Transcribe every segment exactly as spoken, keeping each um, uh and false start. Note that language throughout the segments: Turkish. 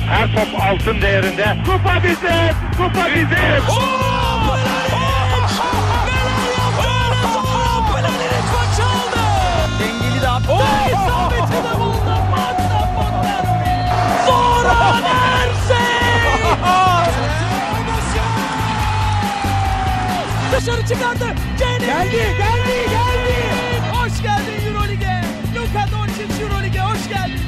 Her top altın değerinde. Kupa bizim, kupa bizim. Oh, Mladenovic maçı aldı. Dengeli de attı. İsabeti de buldu. Magda Fonterovic. Zoran Ersin. Dışarı çıkardı. Geldi, geldi, geldi. Hoş geldin Euroleague'e. Luka Doncic Euroleague'e hoş geldin.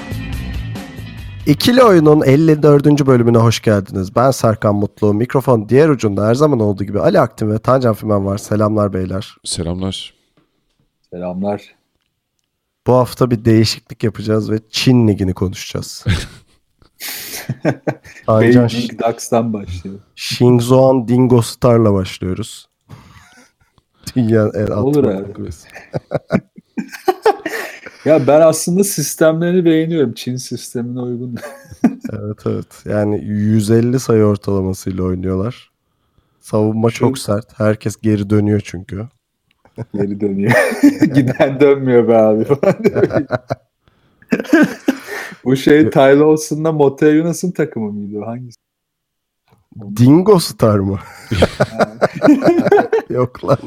İkili Oyun'un elli dördüncü bölümüne hoş geldiniz. Ben Serkan Mutlu. Mikrofon diğer ucunda her zaman olduğu gibi Ali Aktin ve Tancan Fümen var. Selamlar beyler. Selamlar. Selamlar. Bu hafta bir değişiklik yapacağız ve Çin Ligi'ni konuşacağız. Tancan Beijing Ducks'tan başlıyor. Xingzhuang Dingo Star'la başlıyoruz. Dünyanın en Olur altı abi. kulübesi. Ya ben aslında sistemlerini beğeniyorum. Çin sistemine uygun. Evet evet. Yani yüz elli sayı ortalamasıyla oynuyorlar. Savunma çok sert. Herkes geri dönüyor çünkü. Geri dönüyor. Giden dönmüyor be abi. Bu şey Ty Lawson'la Mote Yunus'un takımı mıydı? Hangisi? Dingo Star mı? Yok lan.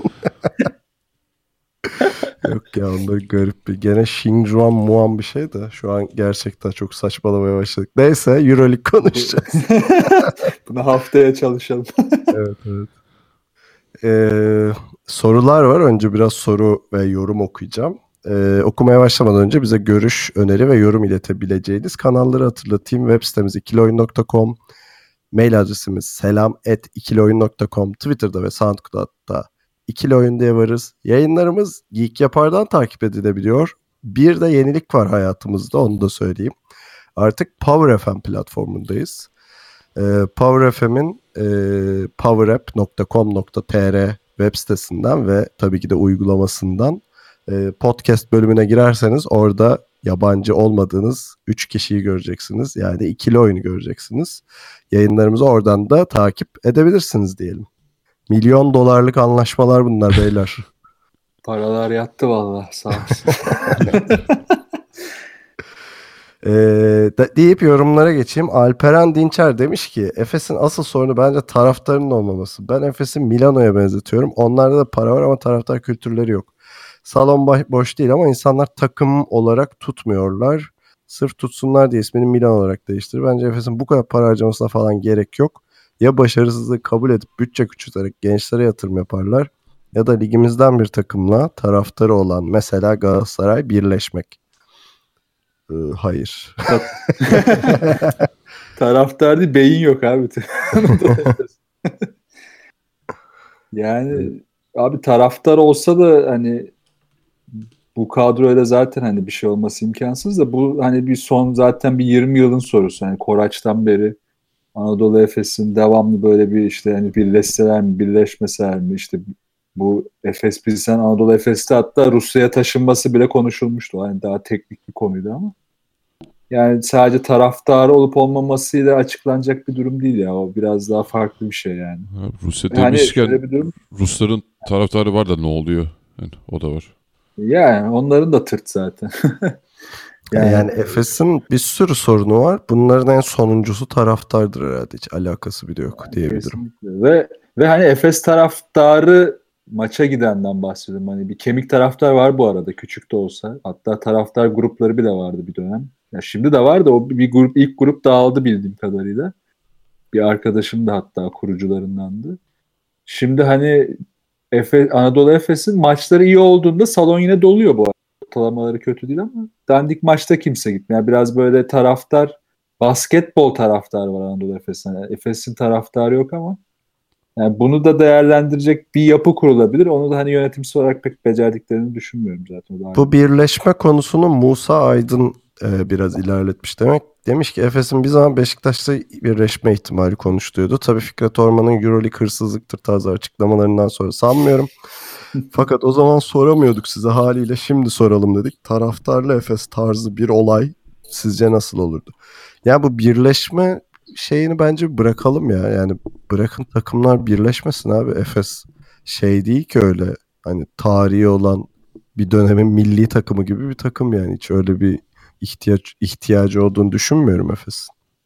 Yok ya, onlar garip bir. Gene Xingzhuang Muan bir şey de şu an gerçekten çok saçmalamaya başladık. Neyse, Euroleague konuşacağız. Bunu haftaya çalışalım. Evet evet. Ee, sorular var. Önce biraz soru ve yorum okuyacağım. Ee, okumaya başlamadan önce bize görüş, öneri ve yorum iletebileceğiniz kanalları hatırlatayım. Web sitemiz ikilioyun nokta com, mail adresimiz selam at ikilioyun nokta com, Twitter'da ve SoundCloud'da İkili Oyun diye varız. Yayınlarımız Geek Yapar'dan takip edilebiliyor. Bir de yenilik var hayatımızda, onu da söyleyeyim. Artık Power F M platformundayız. Ee, Power F M'in e, powerapp nokta com nokta tr web sitesinden ve tabii ki de uygulamasından e, podcast bölümüne girerseniz orada yabancı olmadığınız üç kişiyi göreceksiniz. Yani ikili oyunu göreceksiniz. Yayınlarımızı oradan da takip edebilirsiniz diyelim. Milyon dolarlık anlaşmalar bunlar beyler. Paralar yattı vallahi, sağ olsun. Ee, de, deyip yorumlara geçeyim. Alperen Dinçer demiş ki Efes'in asıl sorunu bence taraftarının olmaması. Ben Efes'i Milano'ya benzetiyorum. Onlarda da para var ama taraftar kültürleri yok. Salon bah- boş değil ama insanlar takım olarak tutmuyorlar. Sırf tutsunlar diye ismini Milan olarak değiştirir. Bence Efes'in bu kadar para harcamasına falan gerek yok. Ya başarısızlığı kabul edip bütçe küçülterek gençlere yatırım yaparlar ya da ligimizden bir takımla taraftarı olan mesela Galatasaray birleşmek. Ee, hayır. Taraftar değil, beyin yok abi. Yani abi taraftar olsa da hani bu kadroyla zaten hani bir şey olması imkansız da bu hani bir son zaten bir yirmi yılın sorusu. Yani Koraç'tan beri Anadolu Efes'in devamlı böyle bir işte hani birleşseler mi birleşmeseler mi işte bu Efes Pilsen Anadolu Efes'te hatta Rusya'ya taşınması bile konuşulmuştu. Yani daha teknik bir konuydu ama yani sadece taraftarı olup olmamasıyla açıklanacak bir durum değil ya. O biraz daha farklı bir şey yani. Ha, Rusya Yani demişken şöyle bir durum. Rusların taraftarı var da ne oluyor? Yani o da var. Yani onların da tırt zaten. Yani, yani Efes'in bir sürü sorunu var. Bunların en sonuncusu taraftardır herhalde. Hiç alakası bile yok Yani diyebilirim. Ve ve hani Efes taraftarı maça gidenden bahsediyorum. Hani bir kemik taraftar var bu arada, küçük de olsa. Hatta taraftar grupları bile vardı bir dönem. Ya şimdi de var da o bir grup, ilk grup dağıldı bildiğim kadarıyla. Bir arkadaşım da hatta kurucularındandı. Şimdi hani Efe, Anadolu Efes'in maçları iyi olduğunda salon yine doluyor bu arada. Ortalamaları kötü değil ama dandik maçta kimse gitmiyor. Yani biraz böyle taraftar, basketbol taraftarı var Anadolu Efes'in. Yani Efes'in taraftarı yok ama yani bunu da değerlendirecek bir yapı kurulabilir. Onu da hani yönetimsel olarak pek becerdiklerini düşünmüyorum zaten. Bu birleşme konusunu Musa Aydın e, biraz ilerletmiş demek. Demiş ki Efes'in bir zaman Beşiktaş'ta birleşme ihtimali konuşuluyordu. Tabii Fikret Orman'ın Euroleague hırsızlıktır tarzı açıklamalarından sonra sanmıyorum. Fakat o zaman soramıyorduk size, haliyle şimdi soralım dedik. Taraftarlı Efes tarzı bir olay sizce nasıl olurdu? Yani bu birleşme şeyini bence bırakalım ya. Yani bırakın takımlar birleşmesin abi. Efes şey değil ki öyle hani tarihi olan bir dönemin milli takımı gibi bir takım yani. Hiç öyle bir ihtiyaç ihtiyacı olduğunu düşünmüyorum Efes'in.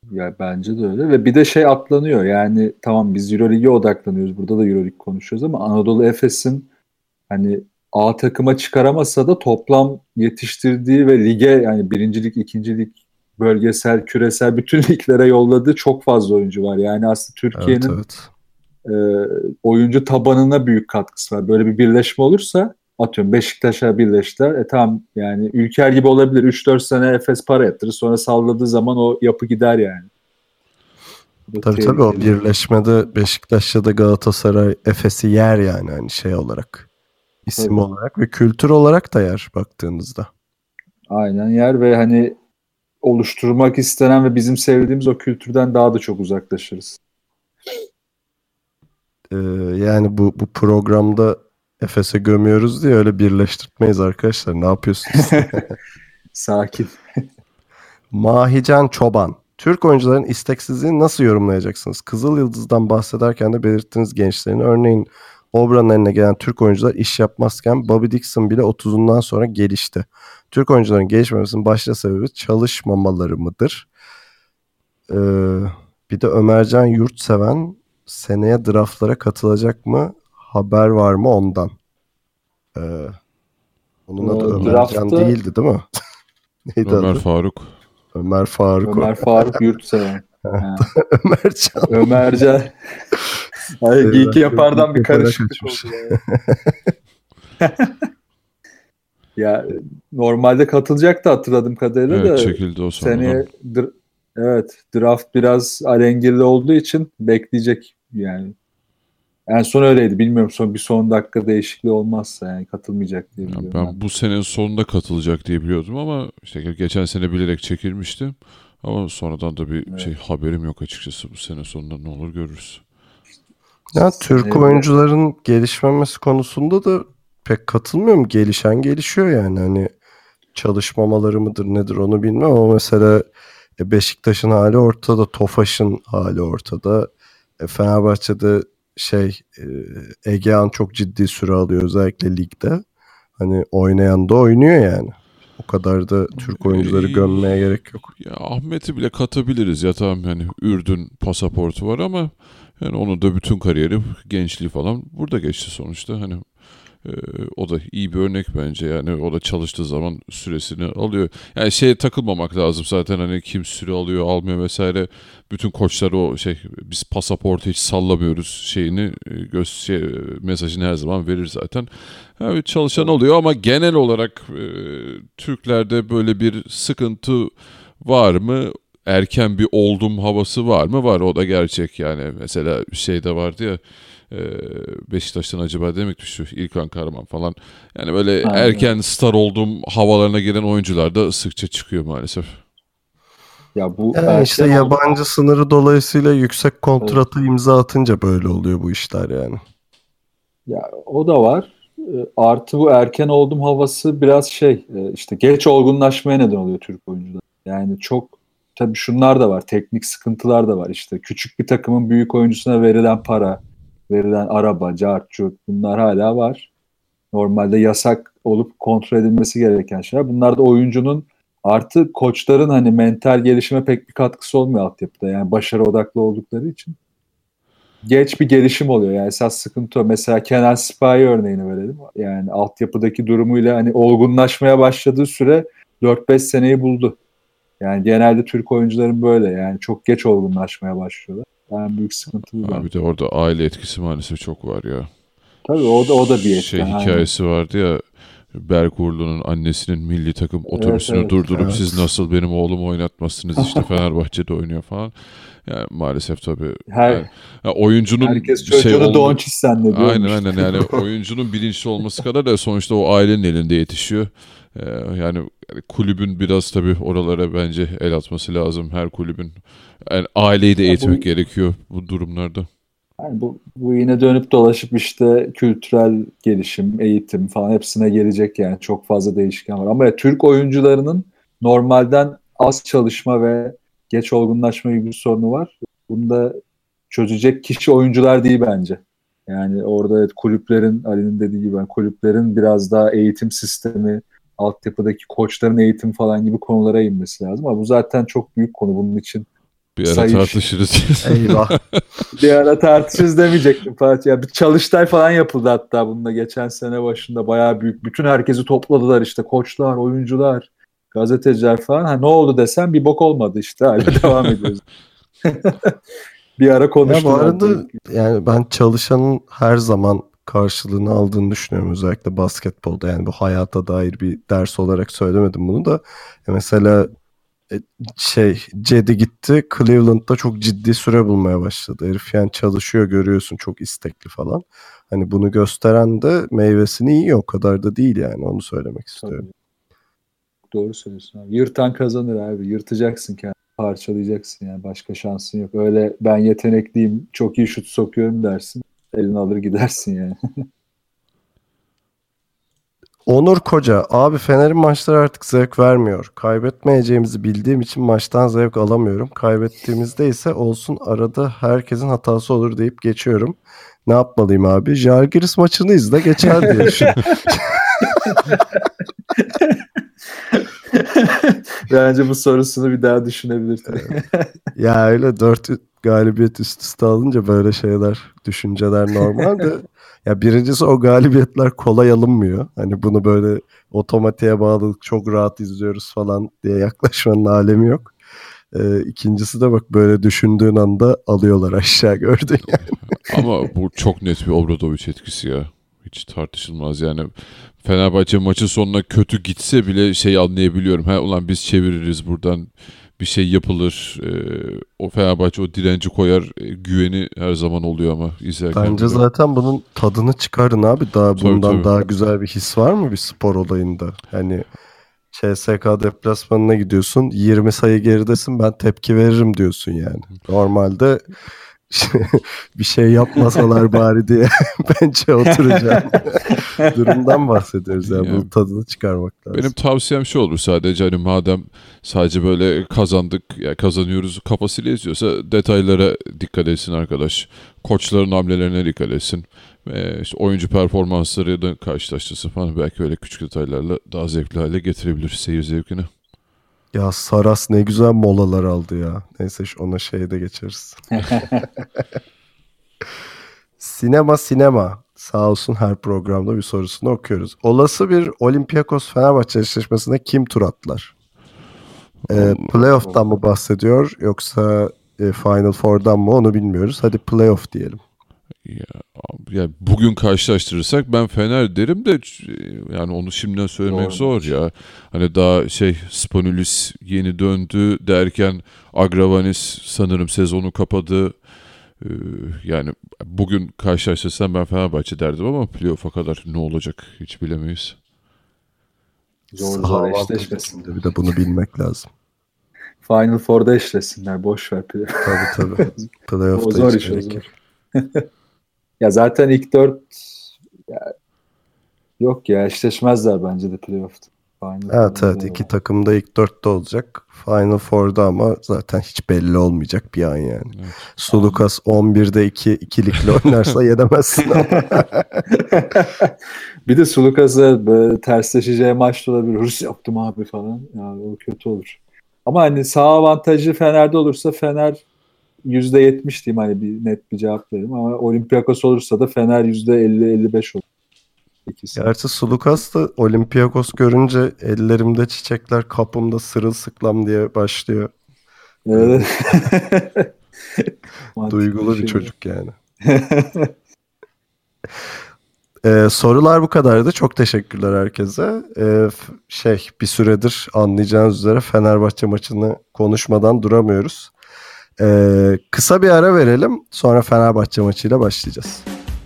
Ya bence de öyle ve bir de şey atlanıyor yani tamam biz Euroleague'e odaklanıyoruz burada da Euroleague konuşuyoruz ama Anadolu Efes'in hani A takıma çıkaramasa da toplam yetiştirdiği ve lige yani birincilik, ikincilik, bölgesel, küresel bütün liglere yolladığı çok fazla oyuncu var. Yani aslında Evet, Türkiye'nin evet. e, oyuncu tabanına büyük katkısı var. Böyle bir birleşme olursa atıyorum Beşiktaş'a birleştiler. E tamam yani Ülker gibi olabilir. üç dört sene Efes para yatırır. Sonra salladığı zaman o yapı gider yani. Bu Tabii tabii o tehlikeli. birleşmede Beşiktaş ya da Galatasaray Efes'i yer yani hani şey olarak. İsim Tabii. olarak ve kültür olarak da yer baktığınızda. Aynen yer ve hani oluşturmak istenen ve bizim sevdiğimiz o kültürden daha da çok uzaklaşırız. Ee, yani bu bu programda Efes'e gömüyoruz diye öyle birleştirmeyiz arkadaşlar. Ne yapıyorsunuz? Sakin. Mahican Çoban. Türk oyuncuların isteksizliğini nasıl yorumlayacaksınız? Kızıl Yıldız'dan bahsederken de belirttiğiniz gençlerin örneğin Obra'nın eline gelen Türk oyuncular iş yapmazken Bobby Dixon bile otuzundan sonra gelişti. Türk oyuncuların gelişmemesinin başta sebebi çalışmamaları mıdır? Ee, bir de Ömercan Yurtseven seneye draftlara katılacak mı? Haber var mı ondan? Ee, onun adı O Ömercan draftta- değildi değil mi? Neydi Ömer adı? Faruk. Ömer Faruk. Ömer Faruk Yurtseven. Ha. Ömercan. Ömercan. Ay, Evet, Geek yapardan bir yaparak karışıklık kaçmış. oldu. Ya. Ya normalde katılacaktı hatırladığım kadarıyla Evet da çekildi o sonradan. seneye dr- evet draft biraz alengirli olduğu için bekleyecek yani. En son öyleydi. Bilmiyorum son bir son dakika değişikliği olmazsa yani katılmayacak diye Ya biliyorum. ben bu senenin sonunda katılacak diye biliyordum ama işte geçen sene bilerek çekilmişti. Ama sonradan da bir Evet. şey haberim yok açıkçası. Bu sene sonunda ne olur görürüz. Ya Seneye Türk bile- oyuncuların gelişmemesi konusunda da pek katılmıyorum. Gelişen gelişiyor yani. Hani çalışmamaları mıdır nedir onu bilmem ama mesela e, Beşiktaş'ın hali ortada, Tofaş'ın hali ortada. E, Fenerbahçe'de şey e, Egehan çok ciddi süre alıyor özellikle ligde. Hani oynayan da oynuyor yani. O kadar da Türk oyuncuları Ee, gömmeye gerek yok. Ya Ahmet'i bile katabiliriz ya tamam yani Ürdün pasaportu var ama yani onun da bütün kariyeri, gençliği falan burada geçti sonuçta. Hani e, o da iyi bir örnek bence yani o da çalıştığı zaman süresini alıyor. Yani şeye takılmamak lazım zaten hani kim süre alıyor almıyor vesaire. Bütün koçlar o şey biz pasaportu hiç sallamıyoruz şeyini e, göz şey, mesajını her zaman verir zaten. Evet çalışan oluyor ama genel olarak e, Türklerde böyle bir sıkıntı var mı? Erken bir oldum havası var mı? Var o da gerçek yani. Mesela şey de vardı ya e, Beşiktaş'tan acaba demek şu İlkan Karaman falan. Yani böyle Aynen. erken star oldum havalarına gelen oyuncular da sıkça çıkıyor maalesef. Ya bu Yani erken işte oldu- yabancı sınırı dolayısıyla yüksek kontratı imza atınca böyle oluyor bu işler yani. Ya o da var. E, Artı bu erken oldum havası biraz şey e, işte geç olgunlaşmaya neden oluyor Türk oyuncular. Yani çok tabii şunlar da var. Teknik sıkıntılar da var. İşte küçük bir takımın büyük oyuncusuna verilen para, verilen araba, cart, curt bunlar hala var. Normalde yasak olup kontrol edilmesi gereken şeyler. Bunlar da oyuncunun artı koçların hani mental gelişime pek bir katkısı olmuyor altyapıda. Yani başarı odaklı oldukları için. Geç bir gelişim oluyor. Yani esas sıkıntı o. Mesela Kenan Sipahi örneğini verelim. Yani altyapıdaki durumuyla hani olgunlaşmaya başladığı süre dört beş seneyi buldu. Yani genelde Türk oyuncuların böyle. Yani çok geç olgunlaşmaya başlıyorlar. En büyük sıkıntı bu Ha, bence. bir de orada aile etkisi maalesef çok var ya. Tabii o da o da bir etken. Şey aynen. hikayesi vardı ya Berk Uğurlu'nun annesinin milli takım otobüsünü evet. durdurup Evet. siz nasıl benim oğlumu oynatmazsınız işte Fenerbahçe'de oynuyor falan. Yani maalesef tabii. Her- Yani, ya oyuncunun Herkes şey çocuğunu olma- Doncic zannediyor. Aynen aynen yani oyuncunun bilinçli olması kadar da sonuçta o ailenin elinde yetişiyor. Ee, yani kulübün biraz tabii oralara bence el atması lazım her kulübün. Yani aileyi de Ya eğitmek bu- gerekiyor bu durumlarda. Yani bu, bu yine dönüp dolaşıp işte kültürel gelişim, eğitim falan hepsine gelecek yani çok fazla değişken var. Ama ya, Türk oyuncularının normalden az çalışma ve geç olgunlaşma gibi bir sorunu var. Bunu da çözecek kişi oyuncular değil bence. Yani orada evet, kulüplerin, Ali'nin dediği gibi yani kulüplerin biraz daha eğitim sistemi, altyapıdaki koçların eğitim falan gibi konulara inmesi lazım. Ama bu zaten çok büyük konu. Bunun için Bir ara Sayış. tartışırız. Eyvah. Bir ara tartışırız demeyecektim Fatih. Ya bir çalıştay falan yapıldı hatta bununla geçen sene başında bayağı büyük. Bütün herkesi topladılar işte koçlar, oyuncular, gazeteciler falan. Ha, ne oldu desem bir bok olmadı işte hala devam ediyoruz. Bir ara Ya konuştum. bu arada yani ben çalışanın her zaman karşılığını aldığını düşünüyorum. Özellikle basketbolda, yani bu hayata dair bir ders olarak söylemedim bunu da. Ya mesela e, şey Cedi gitti, Cleveland'da çok ciddi süre bulmaya başladı. Herif yani çalışıyor, görüyorsun, çok istekli falan. Hani bunu gösteren de meyvesini yiyor, o kadar da değil yani, onu söylemek istiyorum. Doğru söylüyorsun abi. Yırtan kazanır abi. Yırtacaksın kendini. Parçalayacaksın yani. Başka şansın yok. Öyle ben yetenekliyim, çok iyi şut sokuyorum dersin. Elini alır gidersin yani. Onur Koca, abi Fener'in maçları artık zevk vermiyor. Kaybetmeyeceğimizi bildiğim için maçtan zevk alamıyorum. Kaybettiğimizde ise olsun, arada herkesin hatası olur deyip geçiyorum. Ne yapmalıyım abi? Žalgiris maçını izle geçer diye düşünüyorum. Bence bu sorusunu bir daha düşünebilirsin. Ya öyle dört galibiyet üst üste alınca böyle şeyler, düşünceler normal de. Ya birincisi, o galibiyetler kolay alınmıyor. Hani bunu böyle otomatiğe bağlılık, çok rahat izliyoruz falan diye yaklaşmanın alemi yok. Ee, ikincisi de bak, böyle düşündüğün anda alıyorlar aşağı, gördün yani. Ama bu çok net bir Obradović etkisi ya. Hiç tartışılmaz yani. Fenerbahçe maçın sonuna kötü gitse bile şey anlayabiliyorum. Ha ulan biz çeviririz buradan, bir şey yapılır. Ee, o Fenerbahçe o direnci koyar. E, güveni her zaman oluyor ama izlerken. Bence bile. zaten bunun tadını çıkarın abi. Daha Tabii, bundan tabii. daha güzel bir his var mı bir spor olayında? Hani C S K deplasmanına gidiyorsun, yirmi sayı geridesin, ben tepki veririm diyorsun yani. Normalde bir şey yapmasalar bari diye bence oturacağım durumdan bahsediyoruz yani. Yani Bunun tadını çıkarmak lazım. Benim tavsiyem şu olur sadece, hani madem sadece böyle kazandık ya kazanıyoruz kafasıyla izliyorsa detaylara dikkat etsin arkadaş. Koçların hamlelerine dikkat etsin. Ve işte oyuncu performansları da karşılaştırsın falan. Belki öyle küçük detaylarla daha zevkli hale getirebilir seyir zevkini. Ya Saras ne güzel molalar aldı ya. Neyse, ona şeyde geçeriz. Sinema sinema. Sağ olsun her programda bir sorusunu okuyoruz. Olası bir Olympiakos Fenerbahçe eşleşmesine kim tur atlar? Ee, playoff'tan mı bahsediyor yoksa e, Final Four'dan mı, onu bilmiyoruz. Hadi playoff diyelim. Ya, ya bugün karşılaştırırsak ben Fener derim de yani onu şimdiden söylemek Doğru. zor ya. Hani daha şey Spanoulis yeni döndü derken Agravanis sanırım sezonu kapadı. Ee, yani bugün karşılaştırsam ben Fenerbahçe derdim ama playoff'a kadar ne olacak hiç bilemeyiz. Zor Saha zor avantajı eşleşmesin. içinde bir de bunu bilmek lazım. Final Four'da eşleşsinler. Boş ver. Tabii tabii. O Playoff'ta zor hiç iş o gerek zor. yok. Ya zaten ilk dört ya, yok ya eşleşmezler bence de playoff'ta. Final Evet Four'da evet, da iki var. takım da ilk dörtte olacak. Final Four'da ama zaten hiç belli olmayacak bir an yani. Evet. Sulukas on birde iki ikilikle oynarsa yenemezsin ama. Bir de Sulukas'a böyle tersleşeceği maçta olabilir. Hırs yaptım abi falan. Yani o kötü olur. Ama hani sağ avantajı Fener'de olursa Fener yüzde yetmiş diyeyim, hani bir net bir cevap veririm. Ama Olympiakos olursa da Fener yüzde elli elli beş olur. İkisi. Gerçi Sulukas da Olympiakos görünce ellerimde çiçekler kapımda sırılsıklam diye başlıyor. Evet. Duygulu bir şey. çocuk yani. Ee, sorular bu kadardı. Çok teşekkürler herkese. Ee, f- şey bir süredir anlayacağınız üzere Fenerbahçe maçını konuşmadan duramıyoruz. Ee, kısa bir ara verelim. Sonra Fenerbahçe maçıyla başlayacağız.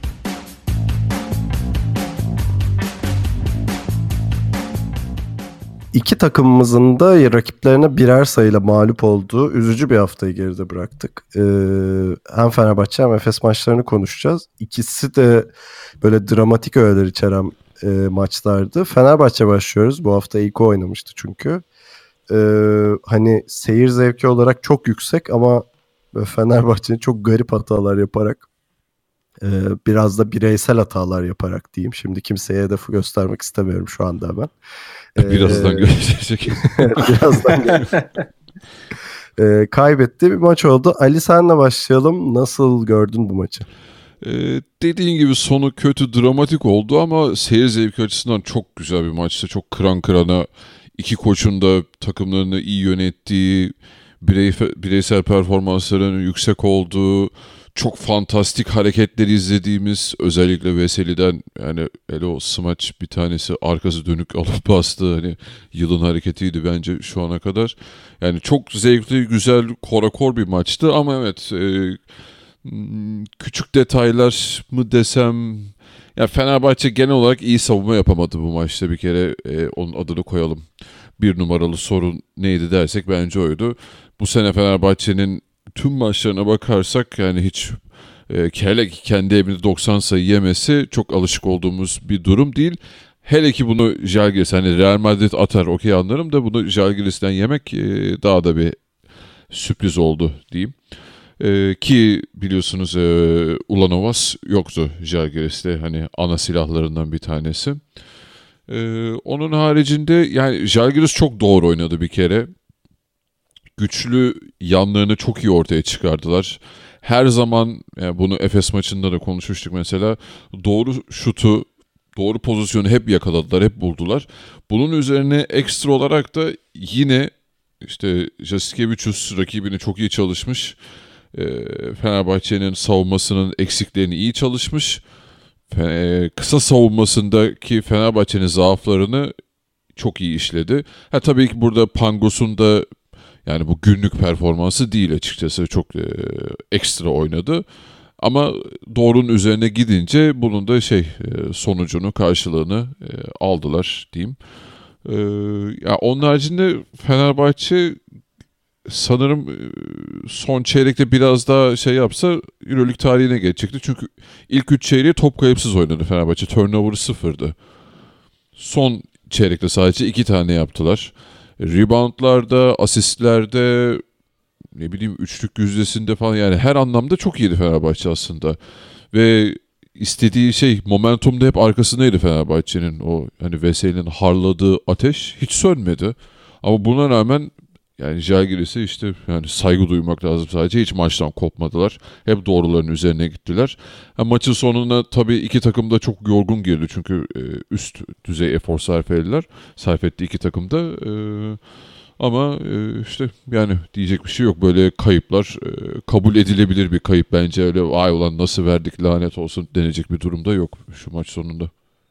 İki takımımızın da rakiplerine birer sayıyla mağlup olduğu üzücü bir haftayı geride bıraktık. Ee, hem Fenerbahçe hem Efes maçlarını konuşacağız. İkisi de böyle dramatik öğeler içeren e, maçlardı. Fenerbahçe başlıyoruz. Bu hafta ilk o oynamıştı çünkü. Ee, hani seyir zevki olarak çok yüksek ama Fenerbahçe'nin çok garip hatalar yaparak, e, biraz da bireysel hatalar yaparak diyeyim. Şimdi kimseye hedef göstermek istemiyorum şu anda hemen. Birazdan Ee, görecek. Birazdan gel. e, kaybettiği bir maç oldu. Ali senle başlayalım. Nasıl gördün bu maçı? Ee, dediğin gibi sonu kötü, dramatik oldu ama seyir zevki açısından çok güzel bir maçtı. Çok kıran kırana, iki koçun da takımlarını iyi yönettiği, birey, bireysel performansların yüksek olduğu, çok fantastik hareketleri izlediğimiz, özellikle Veseli'den, yani hele o smaç bir tanesi arkası dönük alıp bastı, hani yılın hareketiydi bence şu ana kadar. Yani çok zevkli, güzel, korakor bir maçtı ama evet, e, küçük detaylar mı desem, ya Fenerbahçe genel olarak iyi savunma yapamadı bu maçta, bir kere e, onun adını koyalım. Bir numaralı sorun neydi dersek bence oydu. Bu sene Fenerbahçe'nin tüm maçlarına bakarsak yani hiç e, hele ki kendi evinde doksan sayı yemesi çok alışık olduğumuz bir durum değil. Hele ki bunu Žalgiris, hani Real Madrid atar okey anlarım da bunu Žalgiris'ten yemek e, daha da bir sürpriz oldu diyeyim. Ee, ki biliyorsunuz e, Ulanovas yoktu Žalgiris'te, hani ana silahlarından bir tanesi. Ee, onun haricinde yani Žalgiris çok doğru oynadı bir kere. Güçlü yanlarını çok iyi ortaya çıkardılar. Her zaman, yani bunu Efes maçında da konuşmuştuk mesela, doğru şutu, doğru pozisyonu hep yakaladılar, hep buldular. Bunun üzerine ekstra olarak da yine işte Jasikevicius rakibini çok iyi çalışmış. Fenerbahçe'nin savunmasının eksiklerini iyi çalışmış. Kısa savunmasındaki Fenerbahçe'nin zaaflarını çok iyi işledi. Ha tabii ki burada Pangos'un da, yani bu günlük performansı değil açıkçası, çok e, ekstra oynadı. Ama doğrunun üzerine gidince bunun da şey e, sonucunu, karşılığını e, aldılar diyeyim. E, ya onun haricinde Fenerbahçe sanırım son çeyrekte biraz daha şey yapsa Euroleague tarihine geçecekti. Çünkü ilk üç çeyreği top kayıpsız oynadı Fenerbahçe. Turnover'ı sıfırdı. Son çeyrekte sadece iki tane yaptılar. Reboundlarda, asistlerde, ne bileyim üçlük yüzdesinde falan, yani her anlamda çok iyiydi Fenerbahçe aslında. Ve istediği şey, momentum da hep arkasındaydı Fenerbahçe'nin. O hani Veseli'nin harladığı ateş hiç sönmedi. Ama buna rağmen yani Žalgiris'e işte yani saygı duymak lazım sadece. Hiç maçtan kopmadılar. Hep doğruların üzerine gittiler. Ha, maçın sonuna tabii iki takım da çok yorgun girdi. Çünkü e, üst düzey efor sarf ettiler. Sarf etti iki takım da. E, ama e, işte yani diyecek bir şey yok. Böyle kayıplar e, kabul edilebilir bir kayıp bence. Öyle ay ulan nasıl verdik lanet olsun denecek bir durumda yok şu maç sonunda.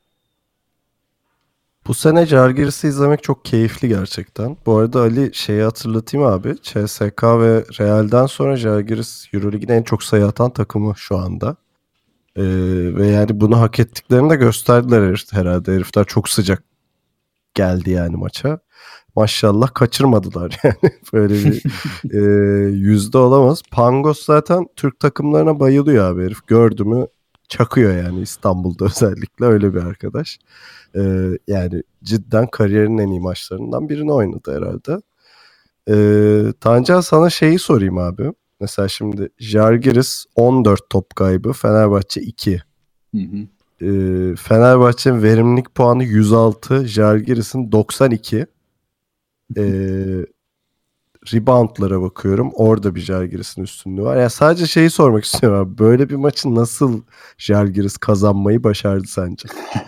Bu sene Žalgiris'i izlemek çok keyifli gerçekten. Bu arada Ali, şeyi hatırlatayım abi. C S K ve Real'den sonra Žalgiris Euroleague'in en çok sayı atan takımı şu anda. Ee, ve yani bunu hak ettiklerini de gösterdiler herhalde. Herifler çok sıcak geldi yani maça. Maşallah kaçırmadılar yani. Böyle bir e, yüzde olamaz. Pangos zaten Türk takımlarına bayılıyor abi herif. Gördü mü çakıyor yani, İstanbul'da özellikle öyle bir arkadaş. Ee, yani cidden kariyerinin en iyi maçlarından birini oynadı herhalde. Ee, Tancan, sana şeyi sorayım abi. Mesela şimdi Žalgiris on dört top kaybı, Fenerbahçe iki. Hı hı. Ee, Fenerbahçe'nin verimlilik puanı yüz altı, Žalgiris'in doksan iki. Ee, Reboundlara bakıyorum. Orada bir Žalgiris'in üstünlüğü var. Yani sadece şeyi sormak istiyorum abi. Böyle bir maçı nasıl Žalgiris kazanmayı başardı sence?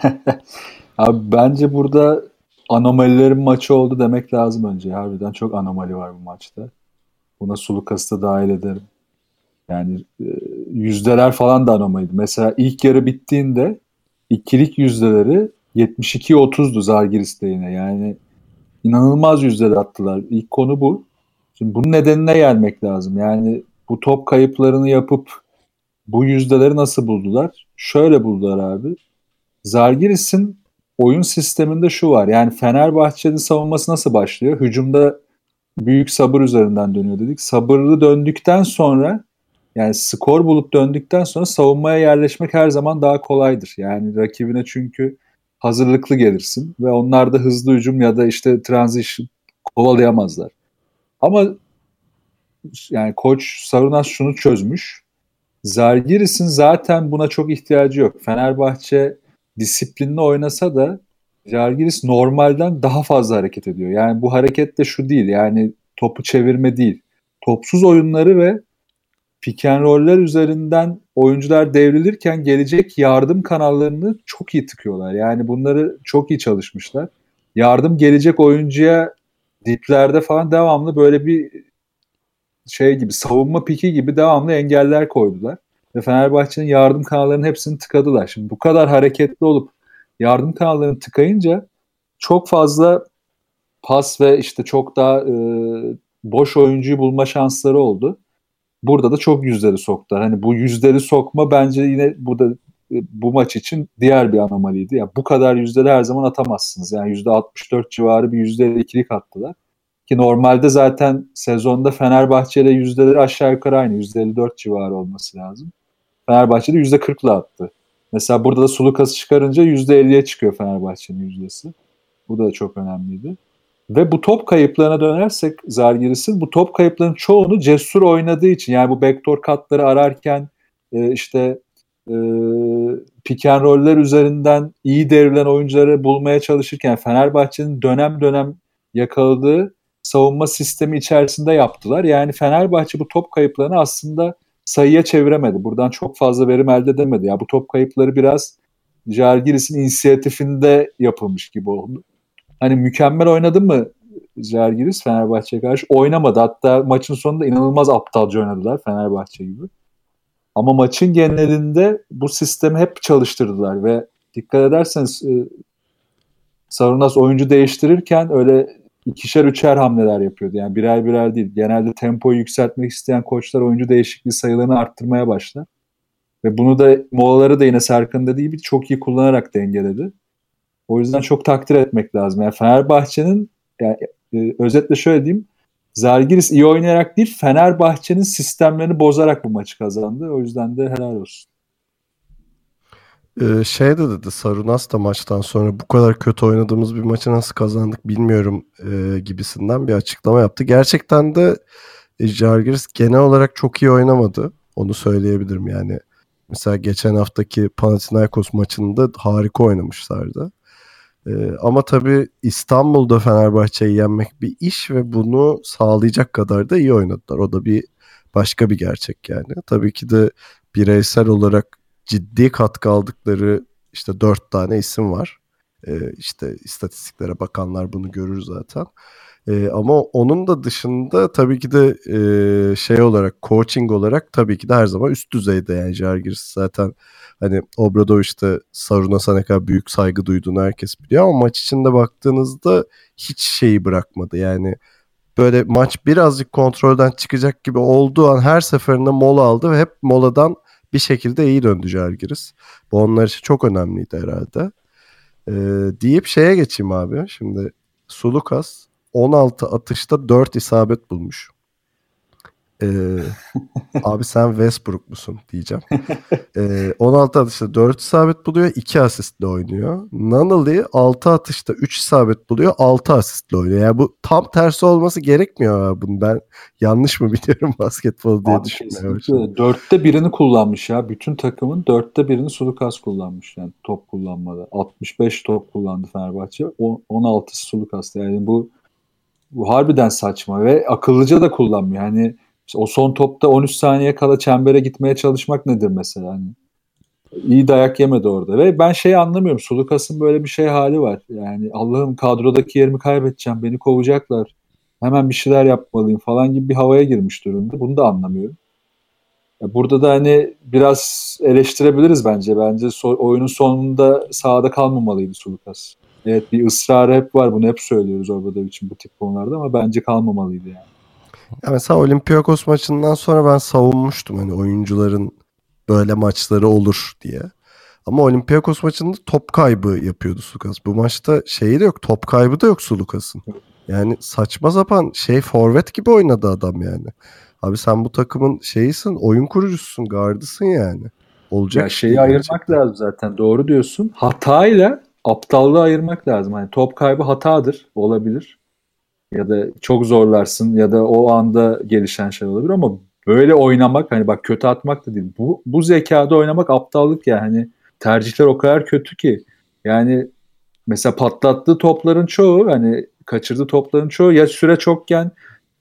Abi bence burada anomalilerin maçı oldu demek lazım önce. Harbiden çok anomali var bu maçta. Buna Sulukas'ı da dahil ederim. Yani e, yüzdeler falan da anomaliydi. Mesela ilk yarı bittiğinde ikilik yüzdeleri yetmiş iki otuzdu Žalgiris'te yine. Yani inanılmaz yüzdeler attılar. İlk konu bu. Şimdi bunun nedenine gelmek lazım. Yani bu top kayıplarını yapıp bu yüzdeleri nasıl buldular? Şöyle buldular abi. Žalgiris'in oyun sisteminde şu var. Yani Fenerbahçe'nin savunması nasıl başlıyor? Hücumda büyük sabır üzerinden dönüyor dedik. Sabırlı döndükten sonra, yani skor bulup döndükten sonra savunmaya yerleşmek her zaman daha kolaydır. Yani rakibine çünkü hazırlıklı gelirsin ve onlar da hızlı hücum ya da işte transition kovalayamazlar. Ama yani koç Sarunas şunu çözmüş. Žalgiris'in zaten buna çok ihtiyacı yok. Fenerbahçe disiplinli oynasa da Žalgiris normalden daha fazla hareket ediyor. Yani bu hareket de şu değil, yani topu çevirme değil. topsuz oyunları ve pick and roll'ler üzerinden oyuncular devrilirken gelecek yardım kanallarını çok iyi tıkıyorlar. Yani bunları çok iyi çalışmışlar. Yardım gelecek oyuncuya diplerde falan devamlı böyle bir şey gibi, savunma piki gibi devamlı engeller koydular. Ve Fenerbahçe'nin yardım kanallarının hepsini tıkadılar. Şimdi bu kadar hareketli olup yardım kanallarını tıkayınca çok fazla pas ve işte çok daha e, boş oyuncuyu bulma şansları oldu. Burada da çok yüzleri soktular. Hani bu yüzleri sokma bence yine burada e, bu maç için diğer bir anomaliydi. Ya bu kadar yüzleri her zaman atamazsınız. Yani yüzde altmış dört civarı bir yüzde ikilik attılar. Ki normalde zaten sezonda Fenerbahçe ile yüzdeleri aşağı yukarı aynı. yüzde elli dört civarı olması lazım. Fenerbahçe'de yüzde kırkla attı. Mesela burada da Sulukas'ı çıkarınca yüzde elliye çıkıyor Fenerbahçe'nin yüzdesi. Bu da çok önemliydi. Ve bu top kayıplarına dönersek Zalgiris'in bu top kayıplarının çoğunu Cesur oynadığı için, yani bu backdoor katları ararken e, işte e, pick and roll'ler üzerinden iyi devrilen oyuncuları bulmaya çalışırken Fenerbahçe'nin dönem dönem yakaladığı savunma sistemi içerisinde yaptılar. Yani Fenerbahçe bu top kayıplarını aslında sayıya çeviremedi. Buradan çok fazla verim elde edemedi. Ya bu top kayıpları biraz Zalgiris'in inisiyatifinde yapılmış gibi oldu. Hani mükemmel oynadı mı Zalgiris Fenerbahçe'ye karşı? Oynamadı. Hatta maçın sonunda inanılmaz aptalca oynadılar Fenerbahçe gibi. Ama maçın genelinde bu sistemi hep çalıştırdılar ve dikkat ederseniz e, Sarunas oyuncu değiştirirken öyle ikişer üçer hamleler yapıyordu. Yani birer birer değil. Genelde tempoyu yükseltmek isteyen koçlar oyuncu değişikliği sayılarını arttırmaya başlar. Ve bunu da molaları da yine Serkan'ın dediği gibi çok iyi kullanarak dengeledi. O yüzden çok takdir etmek lazım. Yani Fenerbahçe'nin, yani e, özetle şöyle diyeyim, Zalgiris iyi oynayarak değil, Fenerbahçe'nin sistemlerini bozarak bu maçı kazandı. O yüzden de helal olsun. Ee, şey de dedi Sarunas da maçtan sonra, bu kadar kötü oynadığımız bir maçı nasıl kazandık bilmiyorum e, gibisinden bir açıklama yaptı. Gerçekten de e, Zalgiris genel olarak çok iyi oynamadı. Onu söyleyebilirim yani. Mesela geçen haftaki Panathinaikos maçında harika oynamışlardı. Ee, ama tabii İstanbul'da Fenerbahçe'yi yenmek bir iş ve bunu sağlayacak kadar da iyi oynadılar. O da bir başka bir gerçek yani. Tabii ki de bireysel olarak ciddi katkı aldıkları işte dört tane isim var. Ee, işte istatistiklere bakanlar bunu görür zaten. Ee, ama onun da dışında tabii ki de e, şey olarak, coaching olarak tabii ki de her zaman üst düzeyde yani Zalgiris zaten. Hani Obradoviç'te Sarunas'a ne kadar büyük saygı duyduğunu herkes biliyor ama maç içinde baktığınızda hiç şeyi bırakmadı. Yani böyle maç birazcık kontrolden çıkacak gibi olduğu an her seferinde mola aldı ve hep moladan bir şekilde iyi döndü Zalgiris. Bu onlar için çok önemliydi herhalde. Ee, deyip şeye geçeyim abi. Şimdi Sulukas on altı atışta dört isabet bulmuş. Ee, abi sen Westbrook musun diyeceğim. Ee, on altı atışta dört isabet buluyor, iki asistle oynuyor. Nunnally altı atışta üç isabet buluyor, altı asistle oynuyor. Yani bu tam tersi olması gerekmiyor abi bunu. Ben yanlış mı biliyorum basketbol diye Abi düşünmeye başladım. Dörtte birini kullanmış ya. Bütün takımın dörtte birini Sulukas kullanmış yani top kullanmada. altmış beş top kullandı Fenerbahçe. on altısı Sulukas'ta. Yani bu bu harbiden saçma ve akıllıca da kullanmıyor. Yani işte o son topta on üç saniye kala çembere gitmeye çalışmak nedir mesela? Hani iyi dayak yemedi orada ve ben şeyi anlamıyorum. Sulukas'ın böyle bir şey hali var. Yani Allah'ım kadrodaki yerimi kaybedeceğim, beni kovacaklar. Hemen bir şeyler yapmalıyım falan gibi bir havaya girmiş durumda. Bunu da anlamıyorum. Burada da hani biraz eleştirebiliriz bence. Bence so- oyunun sonunda sahada kalmamalıydı Sulukas. Evet, bir ısrarı hep var. Bunu hep söylüyoruz Obradoviç'in bu tip konularda ama bence kalmamalıydı yani. Ya mesela Olympiakos maçından sonra ben savunmuştum hani oyuncuların böyle maçları olur diye. Ama Olympiakos maçında top kaybı yapıyordu Sulukas. Bu maçta şeyi de yok, top kaybı da yok Sulukas'ın. Yani saçma sapan şey, forvet gibi oynadı adam yani. Abi sen bu takımın şeyisin, oyun kurucususun, gardısın yani. Olacak ya şeyi ayırmak gerçekten lazım zaten, doğru diyorsun. Hatayla aptallığı ayırmak lazım. Hani top kaybı hatadır, olabilir. Ya da çok zorlarsın ya da o anda gelişen şey olabilir ama böyle oynamak, hani bak kötü atmak da değil. Bu, bu zekada oynamak aptallık yani. Hani tercihler o kadar kötü ki. Yani mesela patlattığı topların çoğu, hani kaçırdığı topların çoğu ya süre çokken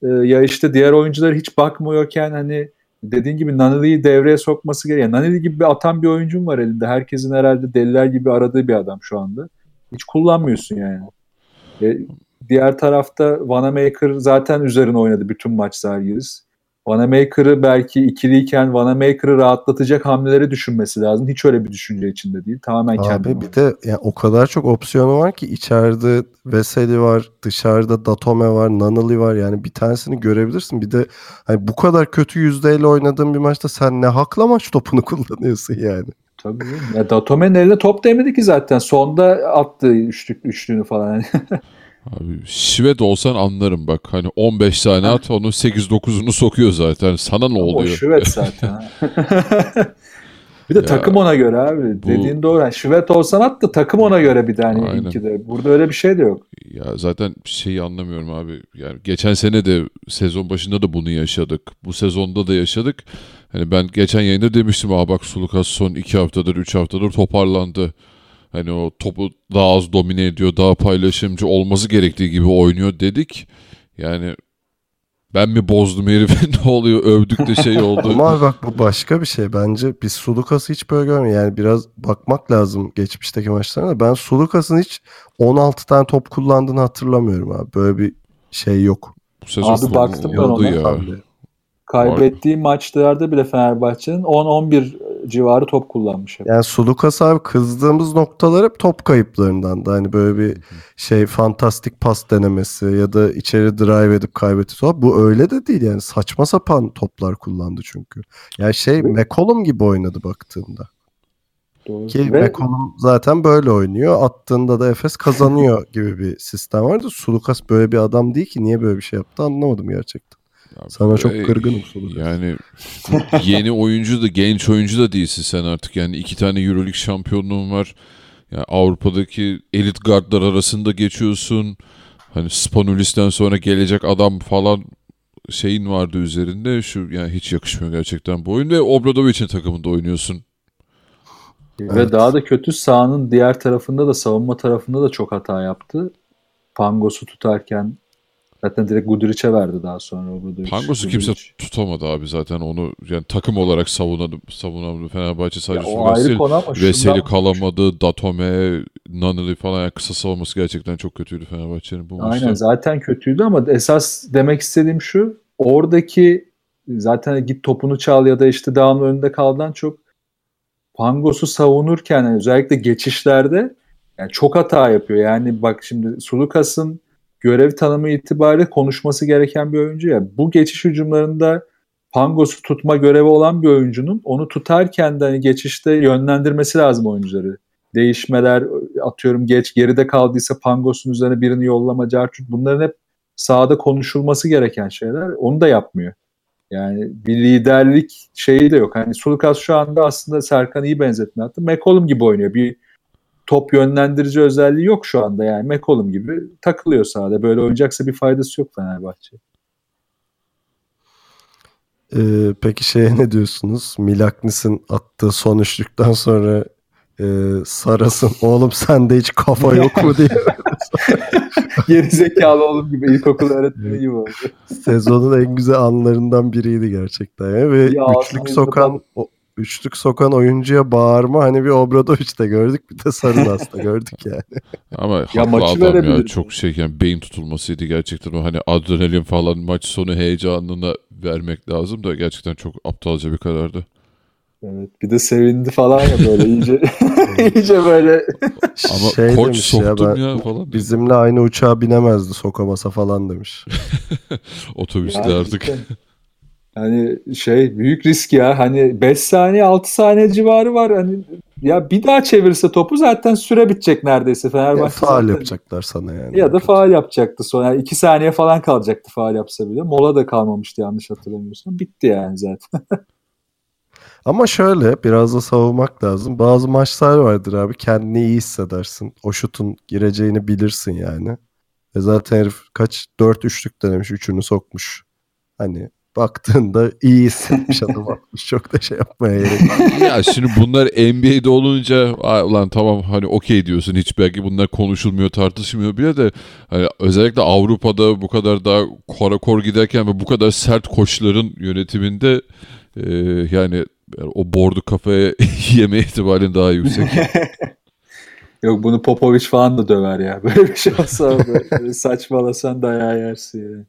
e, ya işte diğer oyuncular hiç bakmıyorken hani dediğin gibi Nanili'yi devreye sokması gerekiyor. Yani Nanili gibi bir atan bir oyuncum var elinde. Herkesin herhalde deliler gibi aradığı bir adam şu anda. Hiç kullanmıyorsun yani. E, diğer tarafta Vanamaker zaten üzerine oynadı bütün maç Zalgiris. Vanamaker'ı belki ikiliyken Vanamaker'ı rahatlatacak hamleleri düşünmesi lazım. Hiç öyle bir düşünce içinde değil. Tamamen kendi. Abi bir de yani o kadar çok opsiyonu var ki içeride Veseli var, dışarıda Datome var, Nanili var. Yani bir tanesini görebilirsin. Bir de hani bu kadar kötü yüzdeyle oynadığın bir maçta sen ne hakla maç topunu kullanıyorsun yani. Tabii. Ya Datome'nin eline top değmedi ki zaten. Sonda attı üçlük, üçlüğünü falan. Abi Şived olsan anlarım bak. Hani on beş tane at, onun sekiz dokuzunu sokuyor zaten. Sana ne oluyor? O Şived zaten. Bir de Ya, takım ona göre abi. bu- Dediğin doğru. Yani Şived olsan at da takım ona göre bir tane Aynen. ilki de. Burada öyle bir şey de yok. Ya zaten şeyi anlamıyorum abi. Yani geçen sene de sezon başında da bunu yaşadık. Bu sezonda da yaşadık. Hani ben geçen yayında demiştim, aa bak Sulukas son iki haftadır, üç haftadır toparlandı. Hani o topu daha az domine ediyor, daha paylaşımcı olması gerektiği gibi oynuyor dedik. Yani ben mi bozdum herifi, ne oluyor, övdük de şey oldu. Ama abi bak bu başka bir şey. Bence biz Sulukas'ı hiç böyle görmüyoruz. Yani biraz bakmak lazım geçmişteki maçlarına. Ben Sulukas'ın hiç on altı tane top kullandığını hatırlamıyorum abi. Böyle bir şey yok. Bu sezon Abi baktım ben oldu ona. ya. Kaybettiği maçlarda bile Fenerbahçe'nin on on bir civarı top kullanmış. hep. Yani Sulukas abi kızdığımız noktalar hep top kayıplarından da. Hani böyle bir şey fantastik pas denemesi ya da içeri drive edip kaybetti top. Bu öyle de değil yani. Saçma sapan toplar kullandı çünkü. Yani şey Evet. McCollum gibi oynadı baktığında. Doğru. Ki Ve McCollum zaten böyle oynuyor. Attığında da Efes kazanıyor gibi bir sistem vardı. Sulukas böyle bir adam değil ki. Niye böyle bir şey yaptı anlamadım gerçekten. Ya Sana çok be- kırgınım Sulukas. Yani yeni oyuncu da, genç oyuncu da değilsin sen artık. Yani iki tane Euroleague şampiyonluğun var. Yani Avrupa'daki elit guardlar arasında geçiyorsun. Hani Spanulis'ten sonra gelecek adam falan şeyin vardı üzerinde. Şu yani hiç yakışmıyor gerçekten bu oyun ve Obradovic'in takımında oynuyorsun. Ve Evet. daha da kötü sahanın diğer tarafında da savunma tarafında da çok hata yaptı. Pangos'u tutarken zaten direkt Guduric'e verdi daha sonra. Obradovic. Pangos'u kimse Guduric. tutamadı abi zaten, onu yani takım olarak savunan savunan Fenerbahçe Ya sadece o Sulukas ayrı değil. konu ama Veseli şundan- kalamadı, Datome, Nanili falan, yani kısa savunması gerçekten çok kötüydü Fenerbahçe'nin bu maçta. Aynen zaten kötüydü ama esas demek istediğim şu, oradaki zaten git topunu çal ya da işte devamlı önünde kaldan çok Pangos'u savunurken yani özellikle geçişlerde yani çok hata yapıyor. Yani bak şimdi Sulukas'ın görev tanımı itibariyle konuşması gereken bir oyuncu ya. Bu geçiş hücumlarında Pangos'u tutma görevi olan bir oyuncunun onu tutarken de hani geçişte yönlendirmesi lazım oyuncuları. Değişmeler, atıyorum geç geride kaldıysa Pangos'un üzerine birini yollama, carçut, bunların hep sahada konuşulması gereken şeyler. Onu da yapmıyor. Yani bir liderlik şeyi de yok. Hani Sulukas şu anda aslında Serkan iyi benzetme yaptı. McCollum gibi oynuyor. Bir top yönlendirici özelliği yok şu anda yani. McCollum gibi takılıyor sahada. Böyle oynayacaksa bir faydası yok Fenerbahçe. Ee, peki şeye ne diyorsunuz? Milaknis'in attığı son üçlükten sonra e, Saras'ın oğlum sende hiç kafa yok mu diye Gerizekalı oğlum gibi ilkokul öğretmeni gibi oldu. sezonun en güzel anlarından biriydi gerçekten. Ya. Ve Ya üçlük aslında sokan o, üçlük sokan oyuncuya bağırma hani bir Obradovic'te gördük, bir de Sarınas'ta gördük yani. Ama Ya haklı maçı adam ya, verebilirdi. çok şey yani beyin tutulmasıydı gerçekten o, hani adrenalin falan maç sonu heyecanına vermek lazım da gerçekten çok aptalca bir karardı. Evet, bir de sevindi falan ya böyle iyice iyice böyle. Ama Şey koç demiş soktum ben, ya falan. bizimle aynı uçağa binemezdi sokamasa falan demiş. Otobüste Yani artık. cidden. Hani şey büyük risk ya. Hani beş saniye altı saniye civarı var. Hani ya bir daha çevirse topu zaten süre bitecek neredeyse. Ya Fenerbahçe faal zaten- yapacaklar sana yani. Ya da faal yapacaktı sonra. Yani iki saniye falan kalacaktı faal yapsa bile. Mola da kalmamıştı yanlış hatırlamıyorsam. Bitti yani zaten. Ama şöyle biraz da savunmak lazım. Bazı maçlar vardır abi, kendini iyi hissedersin. O şutun gireceğini bilirsin yani. Ve zaten herif kaç dört üçlük denemiş, üçünü sokmuş. Hani baktığında iyi hissetmiş adam atmış. Çok da şey yapmaya gerek yok. Ya şimdi bunlar N B A'de olunca ulan tamam hani okey diyorsun, hiç belki bunlar konuşulmuyor, tartışılmıyor bile de hani özellikle Avrupa'da bu kadar daha korakor giderken ve bu kadar sert koçların yönetiminde e, yani o board'u kafaya yeme ihtimalin daha yüksek. Yok bunu Popovic falan da döver ya. Böyle bir şey olsa böyle saçmalasan dayağı yersin yani.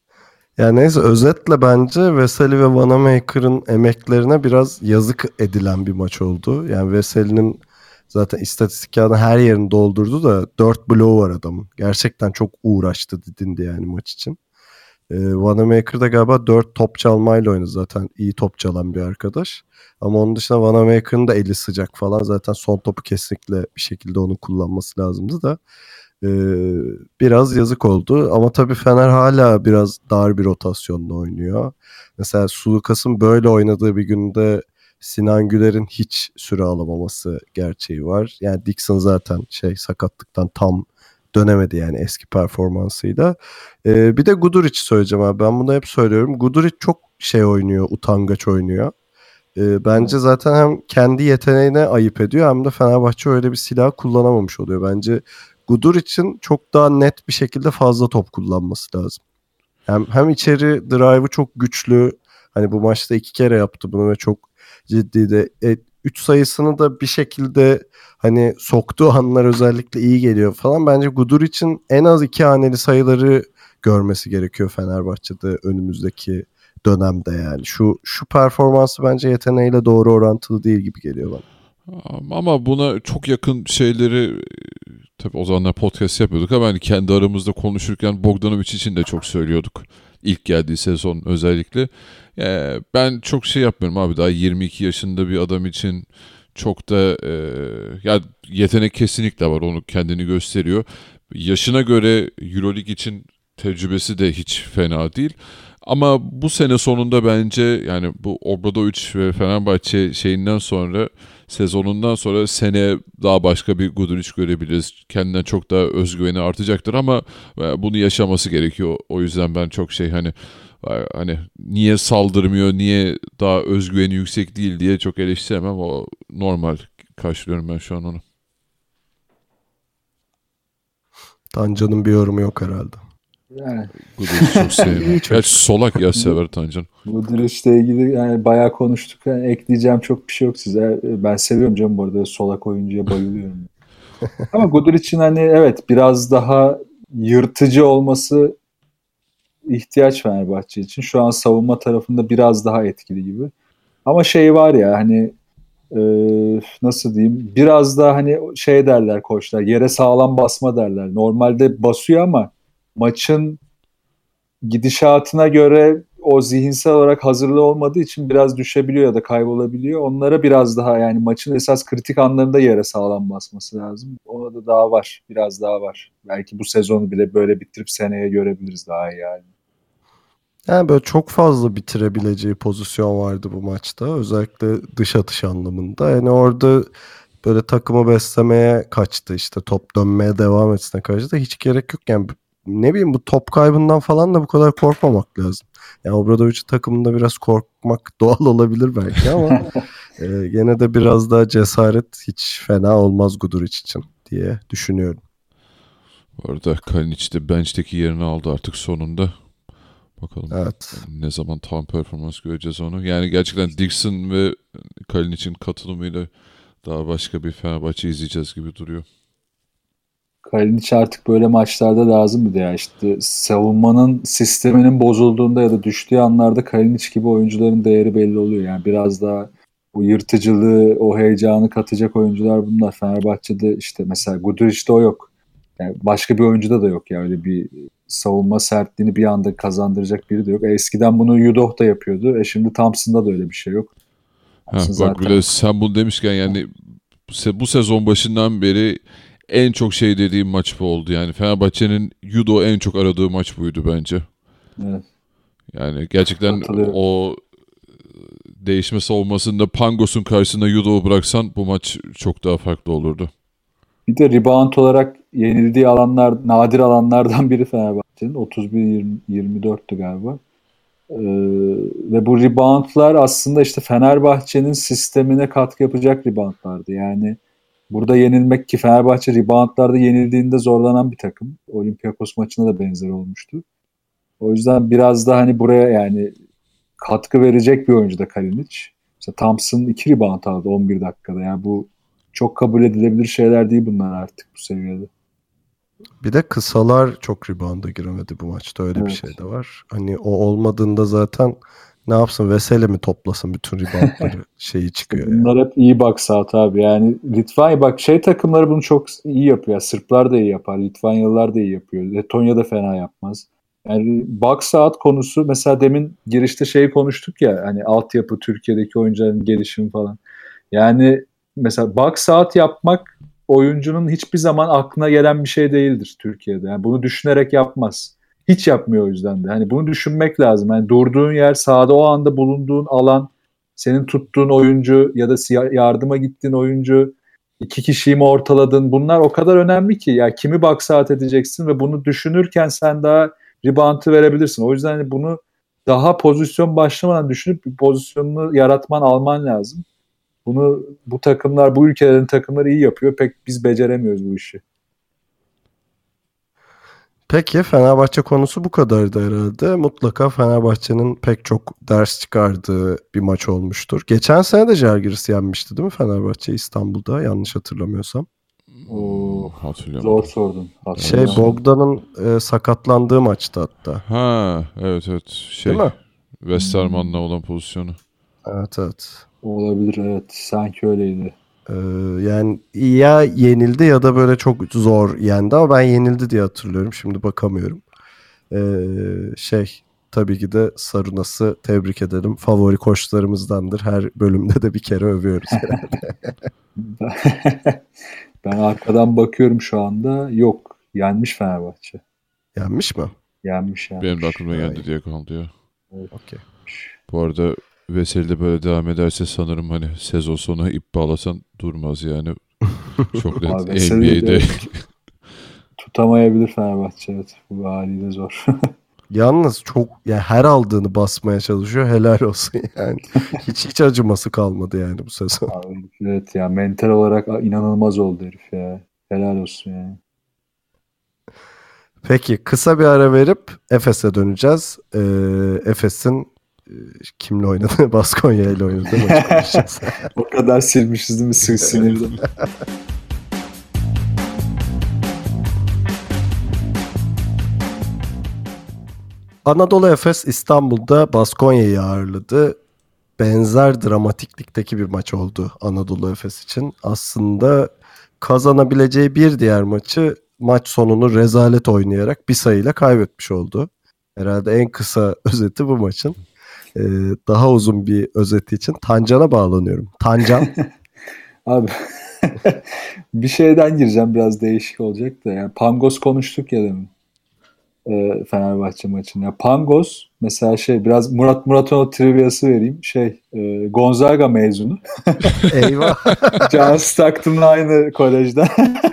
Ya neyse, özetle bence Veseli ve Vanamaker'ın emeklerine biraz yazık edilen bir maç oldu. Yani Veseli'nin zaten istatistik kağıdının her yerini doldurdu da dört bloğu var adamın. Gerçekten çok uğraştı, didindi yani maç için. Ee, Vanamaker da galiba dört top çalmayla oynadı, zaten iyi top çalan bir arkadaş. Ama onun dışında Vanamaker'ın da eli sıcak falan, zaten son topu kesinlikle bir şekilde onun kullanması lazımdı da. Ee, biraz yazık oldu ama tabii Fener hala biraz dar bir rotasyonla oynuyor. Mesela Sulukas'ın böyle oynadığı bir günde Sinan Güler'in hiç süre alamaması gerçeği var. Yani Dixon zaten şey sakatlıktan tam dönemedi yani eski performansıyla. Ee, bir de Guduric söyleyeceğim abi. Ben bunu hep söylüyorum. Guduric çok şey oynuyor, utangaç oynuyor. Ee, bence zaten hem kendi yeteneğine ayıp ediyor hem de Fenerbahçe öyle bir silah kullanamamış oluyor. Bence Guduric'in çok daha net bir şekilde fazla top kullanması lazım. Hem, hem içeri drive'ı çok güçlü. Hani bu maçta iki kere yaptı bunu ve çok ciddi de. E, üç sayısını da bir şekilde hani soktuğu anlar özellikle iyi geliyor falan. Bence Guduric'in en az iki haneli sayıları görmesi gerekiyor Fenerbahçe'de önümüzdeki dönemde yani. Şu şu performansı bence yeteneğiyle doğru orantılı değil gibi geliyor bana. Ama buna çok yakın şeyleri tabii o zamanlar podcast yapıyorduk ama hani kendi aramızda konuşurken Bogdanovic için de çok söylüyorduk. İlk geldiği sezon özellikle. Ee, ben çok şey yapmıyorum abi, daha yirmi iki yaşında bir adam için çok da e, ya yetenek kesinlikle var, onu kendini gösteriyor. Yaşına göre EuroLeague için tecrübesi de hiç fena değil. Ama bu sene sonunda bence yani bu Obradovic ve Fenerbahçe şeyinden sonra, sezonundan sonra seneye daha başka bir Guduric görebiliriz. Kendinden çok daha özgüveni artacaktır ama bunu yaşaması gerekiyor. O yüzden ben çok şey hani hani niye saldırmıyor, niye daha özgüveni yüksek değil diye çok eleştiremem. O normal karşılıyorum ben şu an onu. Tancan'ın bir yorumu yok herhalde. Yani. Guduric çok sevmiyorum. Gerçi solak ya sever Tancan. Guduric'le ilgili yani bayağı konuştuk. Yani ekleyeceğim çok bir şey yok size. Ben seviyorum canım bu arada. Solak oyuncuya bayılıyorum. Ama Guduric'in hani evet biraz daha yırtıcı olması ihtiyaç Fenerbahçe için. Şu an savunma tarafında biraz daha etkili gibi. Ama şey var ya hani e, nasıl diyeyim, biraz daha hani şey derler koçlar, yere sağlam basma derler. Normalde basıyor ama maçın gidişatına göre o zihinsel olarak hazırlığı olmadığı için biraz düşebiliyor ya da kaybolabiliyor. Onlara biraz daha yani maçın esas kritik anlarında yere sağlam basması lazım. Ona da daha var. Biraz daha var. Belki bu sezonu bile böyle bitirip seneye görebiliriz daha iyi yani. Yani böyle çok fazla bitirebileceği pozisyon vardı bu maçta. Özellikle dış atış anlamında. Yani orada böyle takımı beslemeye kaçtı, işte top dönmeye devam etsine kaçtı. Hiç gerek yok yani. Ne bileyim, bu top kaybından falan da bu kadar korkmamak lazım. Yani Obradovic takımında biraz korkmak doğal olabilir belki ama e, gene de biraz daha cesaret hiç fena olmaz Guduric için diye düşünüyorum. Bu arada Kalinic de bench'teki yerini aldı artık sonunda. Bakalım evet. Ne zaman tam performans göreceğiz onu. Yani gerçekten Dixon ve Kalinic'in katılımıyla daha başka bir Fenerbahçe izleyeceğiz gibi duruyor. Kalinic artık böyle maçlarda lazım bir de ya, işte savunmanın sisteminin bozulduğunda ya da düştüğü anlarda Kalinic gibi oyuncuların değeri belli oluyor. Yani biraz daha o yırtıcılığı, o heyecanı katacak oyuncular bunlar. Fenerbahçe'de işte mesela Guduric'de o yok. Yani başka bir oyuncuda da yok ya, öyle bir savunma sertliğini bir anda kazandıracak biri de yok. E eskiden bunu Yudoh da yapıyordu. E şimdi Thompson'da da öyle bir şey yok. Ha, bak zaten... bile sen bunu demişken yani bu sezon başından beri en çok şey dediğim maç bu oldu. Yani Fenerbahçe'nin Yudoh en çok aradığı maç buydu bence. Evet. Yani gerçekten o değişme savunmasında Pangos'un karşısında Yudoh'u bıraksan bu maç çok daha farklı olurdu. Bir de rebound olarak yenildiği alanlar, nadir alanlardan biri Fenerbahçe'nin. otuz bir yirmi dörttü galiba. Ee, ve bu reboundlar aslında işte Fenerbahçe'nin sistemine katkı yapacak reboundlardı. Yani burada yenilmek, ki Fenerbahçe reboundlarda yenildiğinde zorlanan bir takım. Olympiakos maçına da benzer olmuştu. O yüzden biraz da hani buraya yani katkı verecek bir oyuncu da Kalinic. Mesela Thompson iki rebound aldı on bir dakikada. Yani bu çok kabul edilebilir şeyler değil bunlar artık bu seviyede. Bir de kısalar çok rebound'a giremedi bu maçta. Öyle Evet. bir şey de var. Hani o olmadığında zaten ne yapsın? Veseli mi toplasın bütün reboundları şeyi çıkıyor yani. Bunlar hep iyi box out abi. Yani Litvanya bak şey takımları bunu çok iyi yapıyor. Sırplar da iyi yapar. Litvanyalılar da iyi yapıyor. Letonya da fena yapmaz. Yani box out konusu mesela demin girişte şeyi konuştuk ya hani altyapı Türkiye'deki oyuncuların gelişimi falan. Yani mesela box out yapmak oyuncunun hiçbir zaman aklına gelen bir şey değildir Türkiye'de. Yani bunu düşünerek yapmaz. Hiç yapmıyor o yüzden de. Hani bunu düşünmek lazım. Yani durduğun yer, sahada o anda bulunduğun alan, senin tuttuğun oyuncu ya da yardıma gittiğin oyuncu, iki kişiyi mi ortaladın? Bunlar o kadar önemli ki. Ya kimi box out edeceksin ve bunu düşünürken sen daha rebound'ı verebilirsin. O yüzden hani bunu daha pozisyon başlamadan düşünüp bir pozisyonunu yaratman, alman lazım. Bunu bu takımlar, bu ülkelerin takımları iyi yapıyor. Pek biz beceremiyoruz bu işi. Peki Fenerbahçe konusu bu kadardı herhalde. Mutlaka Fenerbahçe'nin pek çok ders çıkardığı bir maç olmuştur. Geçen sene de Žalgiris yenmişti değil mi Fenerbahçe İstanbul'da yanlış hatırlamıyorsam. Oo, Hatırlıyorum. zor sordun. Şey Bogdan'ın e, sakatlandığı maçta hatta. Ha evet evet. Şey, Değil mi? Westerman'la olan pozisyonu. Evet evet. Olabilir evet. Sanki öyleydi. Ee, yani ya yenildi ya da böyle çok zor yendi ama ben yenildi diye hatırlıyorum. Şimdi bakamıyorum. Ee, şey tabii ki de Sarunas'ı tebrik edelim. Favori koçlarımızdandır. Her bölümde de bir kere övüyoruz herhalde. Ben arkadan bakıyorum şu anda. Yok. Yenmiş Fenerbahçe. Yenmiş mi? Yenmiş yenmiş. Benim de aklıma Ay. geldi diye kaldı ya. Evet. Okey. Bu arada Veseli de böyle devam ederse sanırım hani sezon sonu ip bağlasan durmaz yani. Çok net Abi, N Veseli B A'de. de tutamayabilir Fenerbahçe. Evet. Bu haliyle zor. Yalnız çok ya her aldığını basmaya çalışıyor. Helal olsun yani. Hiç hiç acıması kalmadı yani bu sezon. Abi, evet ya mental olarak inanılmaz oldu herif ya. Helal olsun yani. Peki kısa bir ara verip Efes'e döneceğiz. Ee, Efes'in e, kimle oynadığı Baskonya ile oynadığı maçı konuşacağız. O kadar silmişiz değil mi sır sinirden? Anadolu Efes İstanbul'da Baskonya'yı ağırladı. Benzer dramatiklikteki bir maç oldu Anadolu Efes için. Aslında kazanabileceği bir diğer maçı maç sonunu rezalet oynayarak bir sayıyla kaybetmiş oldu. Herhalde en kısa özeti bu maçın. Ee, daha uzun bir özeti için Tancan'a bağlanıyorum. Tancan. Abi bir şeyden gireceğim biraz değişik olacak da. Yani Pangos konuştuk ya demin. Ee, Fenerbahçe maçında. Ya Pangos mesela şey biraz Murat Muratoğlu triviası vereyim. Şey e, Gonzaga mezunu. Eyvah. John Stockton'la aynı kolejden.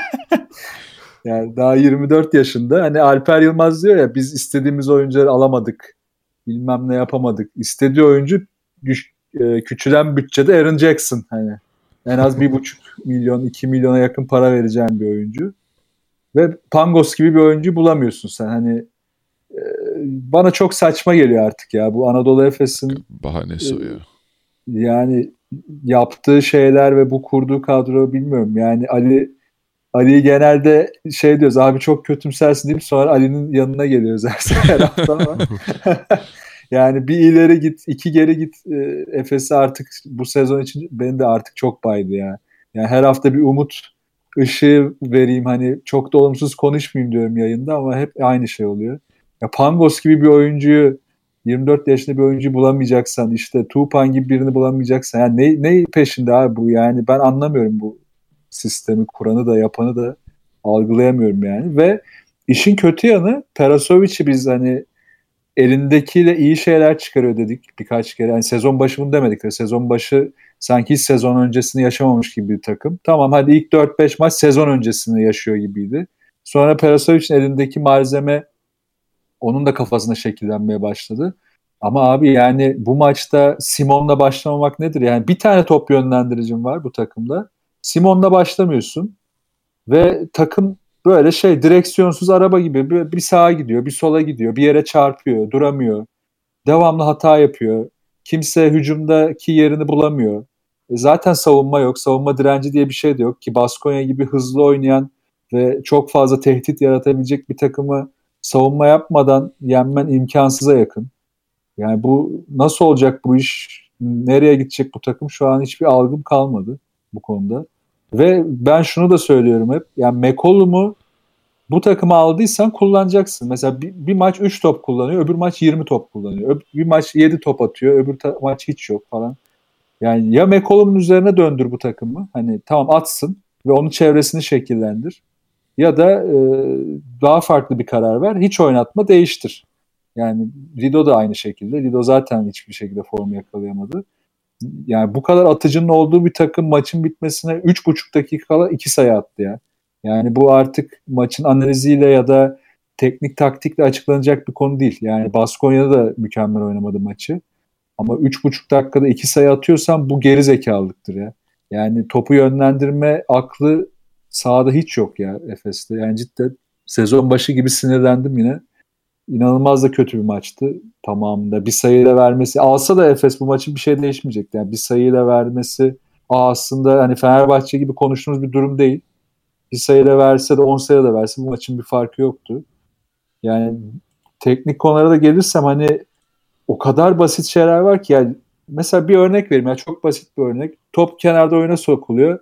Yani daha yirmi dört yaşında. Hani Alper Yılmaz diyor ya biz istediğimiz oyuncuları alamadık. Bilmem ne yapamadık. İstediği oyuncu düş, e, küçülen bütçede Aaron Jackson. Hani en az bir buçuk milyon, iki milyona yakın para vereceğin bir oyuncu. Ve Pangos gibi bir oyuncu bulamıyorsun sen. Hani e, bana çok saçma geliyor artık ya. Bu Anadolu Efes'in Bahanesi o ya. yani yaptığı şeyler ve bu kurduğu kadro bilmiyorum. Yani Ali Ali'yi genelde şey diyoruz abi çok kötümsersin deyip sonra Ali'nin yanına geliyoruz her, her hafta ama yani bir ileri git iki geri git e, Efes'i artık bu sezon için beni de artık çok baydı ya. Yani her hafta bir umut ışığı vereyim hani çok da olumsuz konuşmayayım diyorum yayında ama hep aynı şey oluyor. Ya Pangos gibi bir oyuncuyu yirmi dört yaşında bir oyuncuyu bulamayacaksan işte Tuğpan gibi birini bulamayacaksan yani ne, ne peşinde abi bu yani ben anlamıyorum bu sistemi kuranı da yapanı da algılayamıyorum yani ve işin kötü yanı Perasovic'i biz hani elindekiyle iyi şeyler çıkarıyor dedik birkaç kere. Yani sezon başı bunu demedik de sezon başı sanki hiç sezon öncesini yaşamamış gibi bir takım. Tamam hadi ilk dört beş maç sezon öncesini yaşıyor gibiydi. Sonra Perasovic'in elindeki malzeme onun da kafasına şekillenmeye başladı. Ama abi yani bu maçta Simon'la başlamamak nedir? Yani bir tane top yönlendiricim var bu takımda. Simon'la başlamıyorsun ve takım böyle şey direksiyonsuz araba gibi bir, bir sağa gidiyor, bir sola gidiyor, bir yere çarpıyor, duramıyor. Devamlı hata yapıyor. Kimse hücumdaki yerini bulamıyor. E zaten savunma yok. Savunma direnci diye bir şey de yok ki Baskonya gibi hızlı oynayan ve çok fazla tehdit yaratabilecek bir takımı savunma yapmadan yenmen imkansıza yakın. Yani bu nasıl olacak bu iş? Nereye gidecek bu takım? Şu an hiçbir algım kalmadı bu konuda. Ve ben şunu da söylüyorum hep. Yani McCollum'u bu takımı aldıysan kullanacaksın. Mesela bir, bir maç üç top kullanıyor, öbür maç yirmi top kullanıyor. Öbür, bir maç yedi top atıyor, öbür ta- maç hiç yok falan. Yani ya McCollum'un üzerine döndür bu takımı. Hani tamam atsın ve onun çevresini şekillendir. Ya da e, daha farklı bir karar ver. Hiç oynatma, değiştir. Yani Rido da aynı şekilde. Rido zaten hiçbir şekilde formu yakalayamadı. Yani bu kadar atıcının olduğu bir takım maçın bitmesine üç buçuk dakika kala iki sayı attı ya. Yani bu artık maçın analiziyle ya da teknik taktikle açıklanacak bir konu değil. Yani Baskonya'da da mükemmel oynamadı maçı. Ama üç buçuk dakikada iki sayı atıyorsan bu geri zekalılıktır ya. Yani topu yönlendirme aklı sahada hiç yok ya Efes'te. Yani cidden sezon başı gibi sinirlendim yine. İnanılmaz da kötü bir maçtı tamamında. Bir sayıyla vermesi, alsa da Efes bu maçın bir şey değişmeyecekti. Yani bir sayıyla vermesi aslında hani Fenerbahçe gibi konuştuğumuz bir durum değil. Bir sayıyla verse de on sayıyla da verse bu maçın bir farkı yoktu. Yani teknik konulara da gelirsem hani o kadar basit şeyler var ki yani mesela bir örnek vereyim. Yani çok basit bir örnek. Top kenarda oyuna sokuluyor.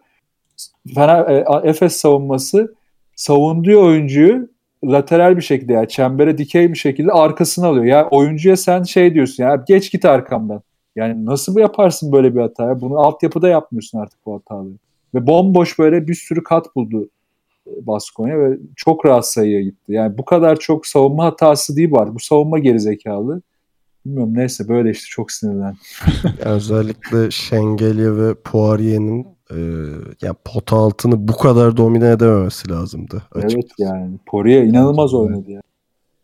Fener, e, Efes savunması savunduğu oyuncuyu lateral bir şekilde yani çembere dikey bir şekilde arkasına alıyor. Ya oyuncuya sen şey diyorsun ya geç git arkamdan. Yani nasıl yaparsın böyle bir hataya? Bunu altyapıda yapmıyorsun artık bu hataları. Ve bomboş böyle bir sürü kat buldu Baskonya ve çok rahat sayıya gitti. Yani bu kadar çok savunma hatası değil var. Bu savunma gerizekalı. Bilmiyorum neyse böyle işte çok sinirlendim. Yani özellikle Şengelya ve Poirier'in e, yani pota altını bu kadar domine edememesi lazımdı. Açıkçası. Evet yani Poirier inanılmaz oynadı ya.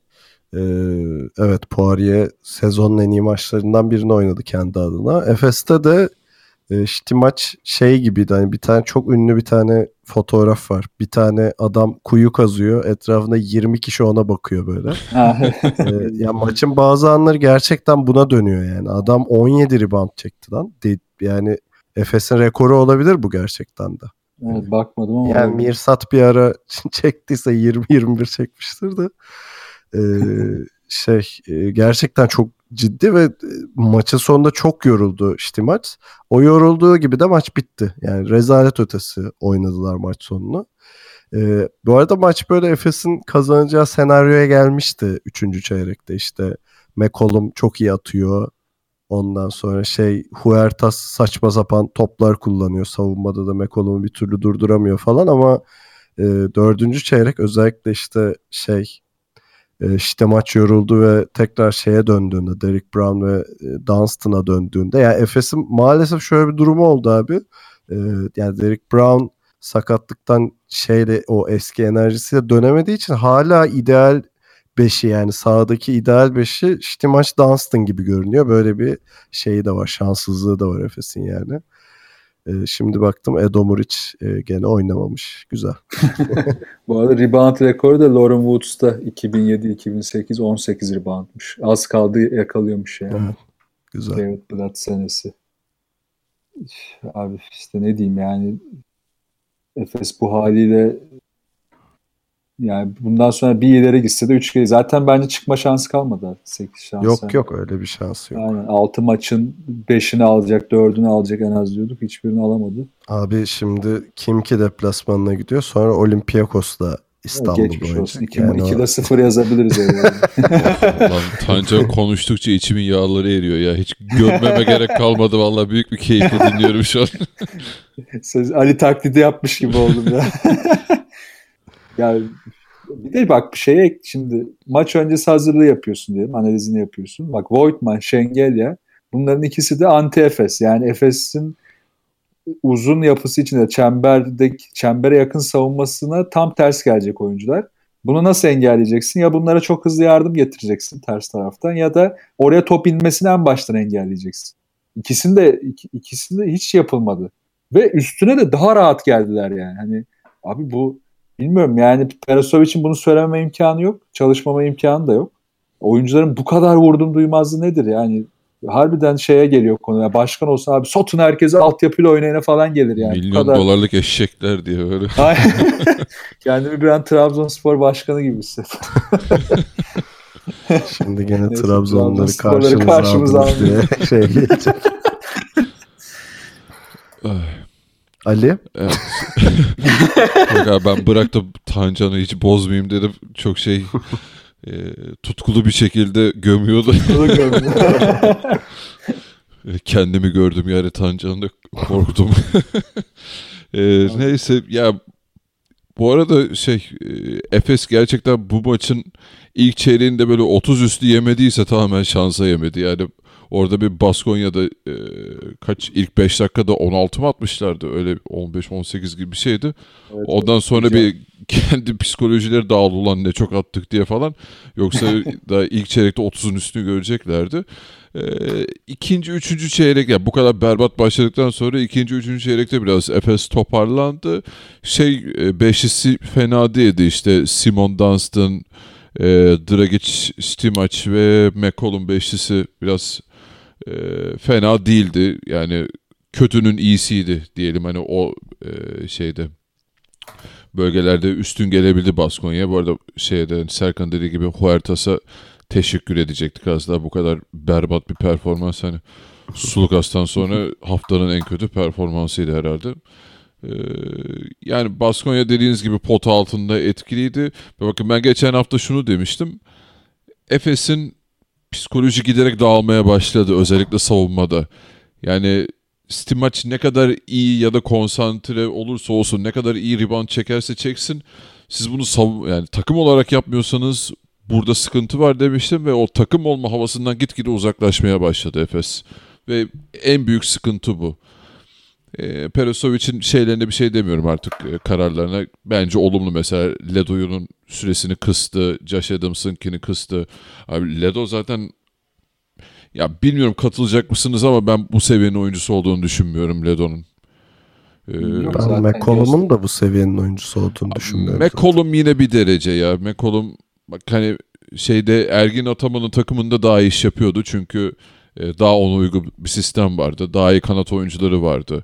Ee, evet Poirier sezonun en iyi maçlarından birini oynadı kendi adına. Efes'te de e, işte maç şey gibiydi. Hani bir tane çok ünlü bir tane fotoğraf var. Bir tane adam kuyu kazıyor. Etrafında yirmi kişi ona bakıyor böyle. ee, ya maçın bazı anları gerçekten buna dönüyor yani. Adam on yedi rebound çekti lan. De, yani Efes'in rekoru olabilir bu gerçekten de. Evet bakmadım ama. Yani Mirsat bir ara çektiyse yirmi yirmi bir çekmiştir de. Ee, şey gerçekten çok ciddi ve maçın sonunda çok yoruldu işte maç. O yorulduğu gibi de maç bitti. Yani rezalet ötesi oynadılar maç sonunu. Ee, bu arada maç böyle Efes'in kazanacağı senaryoya gelmişti üçüncü çeyrekte. İşte McCollum çok iyi atıyor. Ondan sonra şey Huertas saçma sapan toplar kullanıyor. Savunmada da McCollum'u bir türlü durduramıyor falan ama e, dördüncü çeyrek özellikle işte şey İşte maç yoruldu ve tekrar şeye döndüğünde Derrick Brown ve Dunstan'a döndüğünde yani Efes'in maalesef şöyle bir durumu oldu abi. Yani Derrick Brown sakatlıktan şeyle o eski enerjisiyle dönemediği için hala ideal beşi yani sahadaki ideal beşi işte maç Dunstan gibi görünüyor. Böyle bir şeyi de var, şanssızlığı da var Efes'in yani. Şimdi baktım Edo Muric gene oynamamış. Güzel. Bu arada rebound rekoru da Lauren Woods'ta iki bin yedi iki bin sekiz on sekiz reboundmuş. Az kaldı yakalıyormuş yani. Evet, güzel. David Blatt senesi. Abi işte ne diyeyim yani Efes bu haliyle yani bundan sonra bir ileri gitse de üç kere zaten bence çıkma şansı kalmadı artık sekiz şansı. Yok yok öyle bir şansı yok. Aynen altı maçın beşini alacak, dördünü alacak en az diyorduk. Hiçbirini alamadı. Abi şimdi Kimki deplasmanına gidiyor. Sonra Olympiakos'la İstanbul'da Geçmiş olsun. oynayacak. Yani ikide o... sıfır yazabiliriz. Lan Tancan konuştukça içimin yağları eriyor ya. Hiç görmeme gerek kalmadı. Vallahi büyük bir keyifle dinliyorum şu an. Ali taklidi yapmış gibi oldum ya. Ya bir de bak bir şeye şimdi maç öncesi hazırlığı yapıyorsun diyelim. Analizini yapıyorsun. Bak Voigtman, Şengelya bunların ikisi de anti Efes. Yani Efes'in uzun yapısı içinde çemberdeki çembere yakın savunmasına tam ters gelecek oyuncular. Bunu nasıl engelleyeceksin? Ya bunlara çok hızlı yardım getireceksin ters taraftan ya da oraya top inmesini en baştan engelleyeceksin. İkisini de ik- ikisini de hiç yapılmadı. Ve üstüne de daha rahat geldiler yani. Hani abi bu bilmiyorum yani Perasovic'in bunu söylememe imkanı yok. Çalışmama imkanı da yok. Oyuncuların bu kadar vurdum duymazlığı nedir yani? Harbiden şeye geliyor konu. Ya başkan olsa abi satın herkese altyapıyla oynayana falan gelir yani. Milyon bu kadar... dolarlık eşekler diye böyle. Kendimi bir an Trabzonspor başkanı gibi hissettim. Şimdi gene Neyse, Trabzonları Trabzonsporları karşımıza karşımıza aldınız diye şey gelecek. Ay. Ali? Evet. Yok abi, ben bıraktım Tancan'ı hiç bozmayayım dedim. Çok şey e, tutkulu bir şekilde gömüyordu. Kendimi gördüm yani Tancan'da korktum. e, neyse ya, bu arada şey e, Efes gerçekten bu maçın ilk çeyreğinde böyle otuz üstü yemediyse tamamen şansa yemedi. Yani orada bir Baskonya'da e, kaç ilk beş dakikada on altı mı atmışlardı, öyle on beş on sekiz gibi bir şeydi. Evet, ondan sonra güzel. Bir kendi psikolojileri dağıldı, ulan ne çok attık diye falan. Yoksa daha ilk çeyrekte otuzun üstünü göreceklerdi. E, ikinci, üçüncü çeyrek yani bu kadar berbat başladıktan sonra ikinci, üçüncü çeyrekte biraz Efes toparlandı. Şey e, beşlisi fena değildi, işte Simon Dunstan, e, Dragic, Stimac ve McCollum beşlisi biraz e, fena değildi. Yani kötünün iyisiydi diyelim, hani o e, şeyde bölgelerde üstün gelebildi Baskonya'ya. Bu arada şeyde Serkan dediği gibi Huertas'a teşekkür edecektik az daha, bu kadar berbat bir performans hani Sulukas'tan sonra haftanın en kötü performansıydı herhalde. Ee, yani Baskonya dediğiniz gibi pota altında etkiliydi. Ve bakın ben geçen hafta şunu demiştim. Efes'in psikoloji giderek dağılmaya başladı, özellikle savunmada. Yani Stimac ne kadar iyi ya da konsantre olursa olsun, ne kadar iyi rebound çekerse çeksin, siz bunu sav- yani takım olarak yapmıyorsanız burada sıkıntı var demiştim ve o takım olma havasından gitgide uzaklaşmaya başladı Efes. Ve en büyük sıkıntı bu. E, Perasovic'in şeylerine bir şey demiyorum artık, e, kararlarına. Bence olumlu, mesela Ledo'nun süresini kıstı, Josh Adams'ınkini kıstı. Abi Ledo zaten, ya bilmiyorum katılacak mısınız ama ben bu seviyenin oyuncusu olduğunu düşünmüyorum Ledo'nun. Ee, ben McCollum'un da bu seviyenin oyuncusu olduğunu düşünmüyorum. McCollum yine bir derece ya. McCollum bak hani şeyde Ergin Ataman'ın takımında daha iyi iş yapıyordu çünkü e, daha ona uygun bir sistem vardı. Daha iyi kanat oyuncuları vardı.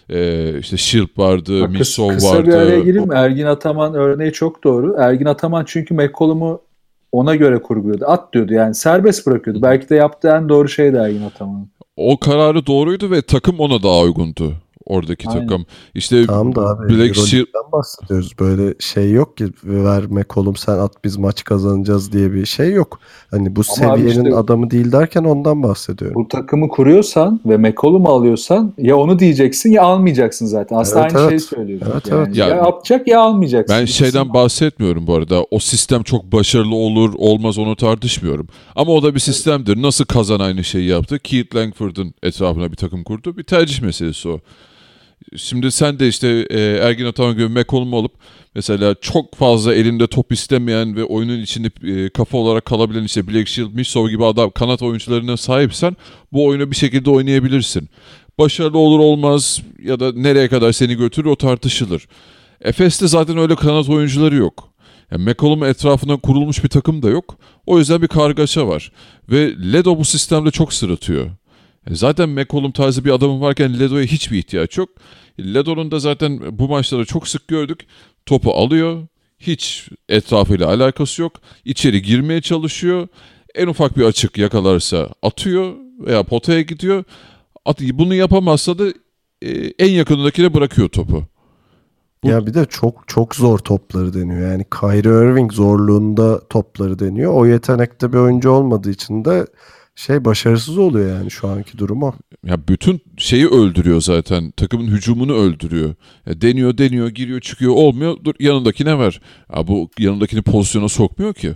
E, işte Shield vardı, Misov vardı. Kısa bir araya gireyim mi? Ergin Ataman örneği çok doğru. Ergin Ataman çünkü McCollum'u ona göre kurguluyordu. At diyordu yani, serbest bırakıyordu. Belki de yaptığı en doğru şeydi Ergin Ataman'ın. O kararı doğruydu ve takım ona daha uygundu. Oradaki Aynen. takım. İşte tamam da abi Black Shield'dan bahsediyoruz. Böyle şey yok ki, ver McCollum sen at biz maç kazanacağız diye bir şey yok. Hani bu Ama seviyenin işte, adamı değil derken ondan bahsediyorum. Bu takımı kuruyorsan ve McCollum'u alıyorsan ya onu diyeceksin ya almayacaksın zaten. Aslında evet, aynı evet. şeyi söylüyorsun. Evet, yani. evet. Ya, ya yapacak ya almayacaksın. Ben şeyden İkisini... bahsetmiyorum bu arada. O sistem çok başarılı olur olmaz onu tartışmıyorum. Ama o da bir sistemdir. Nasıl Kazan aynı şeyi yaptı? Keith Langford'un etrafına bir takım kurdu. Bir tercih meselesi o. Şimdi sen de işte e, Ergin Ataman gibi McCollum'u alıp mesela çok fazla elinde top istemeyen ve oyunun içinde e, kafa olarak kalabilen işte Black Shield, Misov gibi adam kanat oyuncularına sahipsen bu oyunu bir şekilde oynayabilirsin. Başarılı olur olmaz ya da nereye kadar seni götürür o tartışılır. Efes'te zaten öyle kanat oyuncuları yok. Yani McCollum etrafından kurulmuş bir takım da yok. O yüzden bir kargaşa var. Ve Ledo bu sistemde çok sırıtıyor. Zaten McCollum tarzı bir adamın varken Ledo'ya hiçbir ihtiyaç yok. Ledo'nun da zaten bu maçları çok sık gördük. Topu alıyor. Hiç etrafıyla alakası yok. İçeri girmeye çalışıyor. En ufak bir açık yakalarsa atıyor veya potaya gidiyor. Bunu yapamazsa da en yakınındakine bırakıyor topu. Bu... Ya bir de çok çok zor topları deniyor. Yani Kyrie Irving zorluğunda topları deniyor. O yetenekte bir oyuncu olmadığı için de şey başarısız oluyor yani şu anki durumu. Ya bütün şeyi öldürüyor zaten. Takımın hücumunu öldürüyor. Ya deniyor, deniyor, giriyor, çıkıyor, olmuyor. Dur yanındakine ver. Ya bu yanındakini pozisyona sokmuyor ki.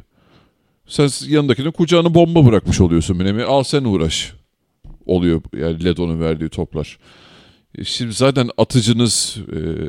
Sen yanındakine kucağına bomba bırakmış oluyorsun. Minemi al sen uğraş. Oluyor yani Ledo'nun verdiği toplar. Şimdi zaten atıcınız e,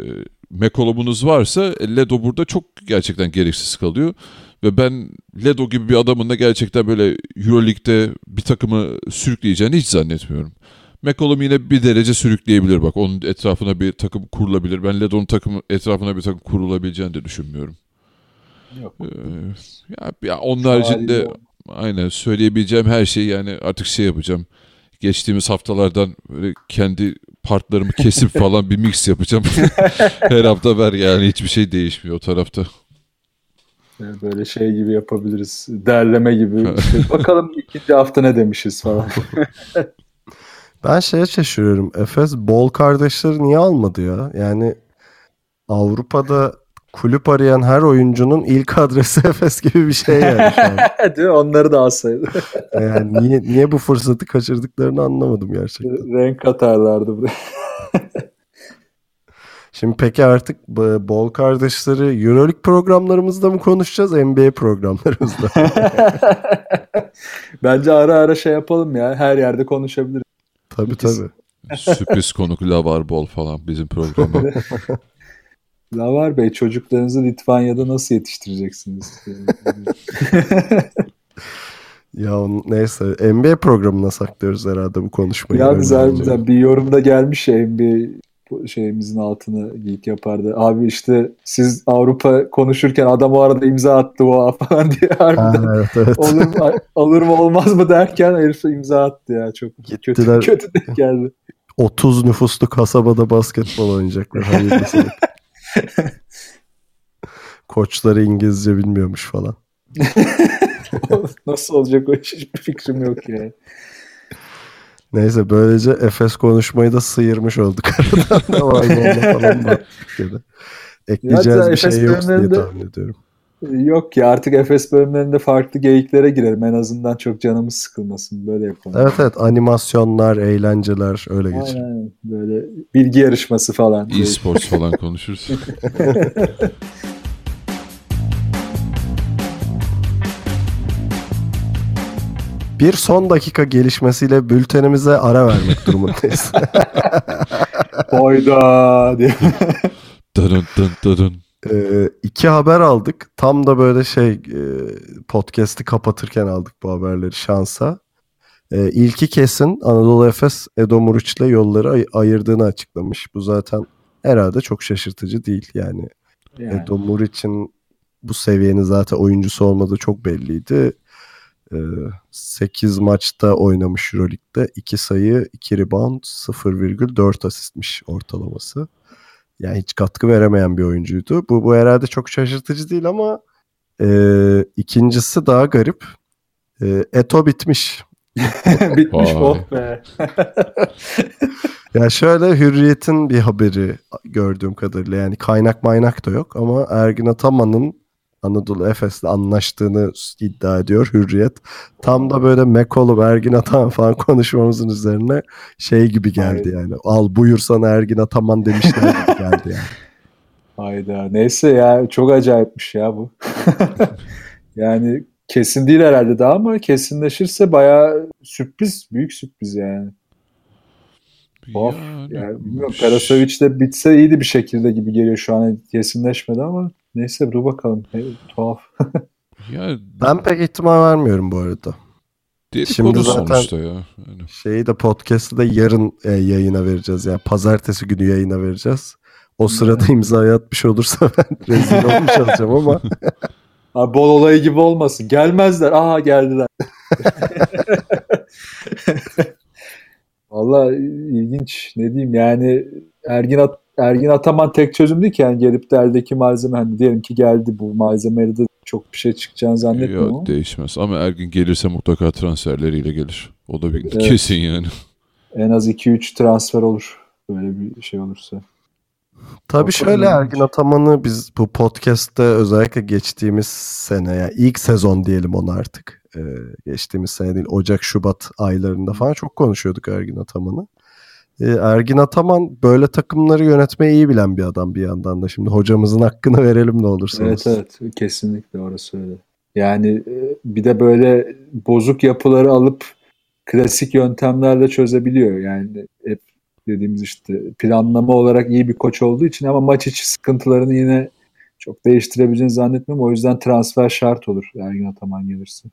McCollum'unuz varsa Ledo burada çok gerçekten gereksiz kalıyor. Ve ben Ledo gibi bir adamın da gerçekten böyle Euroleague'de bir takımı sürükleyeceğini hiç zannetmiyorum. McCollum yine bir derece sürükleyebilir bak. Onun etrafına bir takım kurulabilir. Ben Ledo'nun takımı etrafına bir takım kurulabileceğini de düşünmüyorum. Yok. Ee, ya, ya onun haricinde aynen söyleyebileceğim her şey yani artık şey yapacağım. Geçtiğimiz haftalardan böyle kendi partlarımı kesip falan bir mix yapacağım. Her hafta ver yani hiçbir şey değişmiyor o tarafta. Böyle şey gibi yapabiliriz. Derleme gibi. İşte bakalım ikinci hafta ne demişiz falan. Ben şeye şaşırıyorum. Efes Bol kardeşleri niye almadı ya? Yani Avrupa'da kulüp arayan her oyuncunun ilk adresi Efes gibi bir şey yani şu an. Değil mi? Onları da alsaydı. Yani niye, niye bu fırsatı kaçırdıklarını anlamadım gerçekten. Renk katarlardı buraya. Şimdi peki artık Bol kardeşleri Euroleague programlarımızda mı konuşacağız, N B A programlarımızda? Bence ara ara şey yapalım ya. Her yerde konuşabiliriz. Tabii tabii. Sürpriz konuk Lavar Bol falan bizim programda. Lavar Bey, çocuklarınızı Litvanya'da nasıl yetiştireceksiniz? Ya on, neyse N B A programına saklıyoruz herhalde bu konuşmayı. Ya Öyle güzel olunca. güzel bir yorumda gelmiş ya N B A şeyimizin altına geek yapardı. Abi işte siz Avrupa konuşurken adam o arada imza attı o falan diye harbiden. Ha, evet, evet. Olur mu, olur mu olmaz mı derken herif imza attı ya. Çok kötü, Gittiler. kötü denk geldi. otuz nüfuslu kasabada basketbol oynayacaklar. Hayırlısı. Koçları İngilizce bilmiyormuş falan. Nasıl olacak o iş? Hiçbir fikrim yok ya. Neyse böylece Efes konuşmayı da sıyırmış olduk aradan. O aynı falan da. Ekleyeceğiz Ya, bir şey yok diye bölümlerinde- tahmin ediyorum. Yok ya artık Efes bölümlerinde farklı geyiklere girelim. En azından çok canımız sıkılmasın. Böyle yapalım. Evet evet animasyonlar, eğlenceler öyle geçiyor. Aynen böyle bilgi yarışması falan. E-sports falan konuşuruz. Bir son dakika gelişmesiyle bültenimize ara vermek durumundayız. Oyda diye. Dın dın dın dın. Ee, iki haber aldık. Tam da böyle şey e, podcast'i kapatırken aldık bu haberleri şansa. Ee, ilki kesin Anadolu Efes Edo Muriç'le yolları ay- ayırdığını açıklamış. Bu zaten herhalde çok şaşırtıcı değil. Yani, Yani. Edo Muriç'in bu seviyenin zaten oyuncusu olmadığı çok belliydi. Ee, sekiz maçta oynamış Euroleague'de. iki sayı, iki rebound, sıfır virgül dört asistmiş ortalaması. Yani hiç katkı veremeyen bir oyuncuydu. Bu, bu herhalde çok şaşırtıcı değil ama e, ikincisi daha garip. E, Eto bitmiş. Bitmiş Vay. oh be. Ya şöyle Hürriyet'in bir haberi gördüğüm kadarıyla yani kaynak maynak da yok ama Ergin Ataman'ın Anadolu Efes'le anlaştığını iddia ediyor Hürriyet. Tam da böyle McCollum, Ergin Ataman falan konuşmamızın üzerine şey gibi geldi yani. Al buyur sana Ergin Ataman demişler gibi geldi yani. Hayda. Neyse ya çok acayipmiş ya bu. Yani kesin değil herhalde daha ama kesinleşirse bayağı sürpriz. Büyük sürpriz yani. Of. Yani, Yani bilmiyorum. Perasovic de bitse iyiydi bir şekilde gibi geliyor şu an. Kesinleşmedi ama neyse dur bakalım. Hey, tuhaf. yani Ben pek ihtimal vermiyorum bu arada. deli Şimdi konu zaten- sonuçta ya. Yani, Şeyi de podcast'ı da yarın e, yayına vereceğiz. Yani pazartesi günü yayına vereceğiz. O sırada imzayı atmış olursa ben rezil olmuş olacağım ama Abi bol olayı gibi olmasın. Gelmezler. Aha geldiler. Vallahi ilginç. Ne diyeyim yani Ergin, At Ergin Ataman tek çözüm değil ki. Yani gelip de eldeki malzeme hani diyelim ki geldi bu malzemeyle de çok bir şey çıkacağını zannetmiyorum. yok değişmez. Ama Ergin gelirse mutlaka transferleriyle gelir. O da bir Evet. kesin yani. En az iki üç transfer olur. Böyle bir şey olursa. tabii Bakalım şöyle neymiş. Ergin Ataman'ı biz bu podcast'te özellikle geçtiğimiz sene yani ilk sezon diyelim ona artık. Ee, geçtiğimiz sene değil Ocak Şubat aylarında falan çok konuşuyorduk Ergin Ataman'ı. Ee, Ergin Ataman böyle takımları yönetmeyi iyi bilen bir adam bir yandan da. Şimdi hocamızın hakkını verelim ne olursa Evet olsun. evet kesinlikle orası öyle. Yani e, bir de böyle bozuk yapıları alıp klasik yöntemlerle çözebiliyor. Yani hep dediğimiz işte planlama olarak iyi bir koç olduğu için ama maç içi sıkıntılarını yine çok değiştirebileceğini zannetmiyorum. O yüzden transfer şart olur Ergin Ataman gelirse.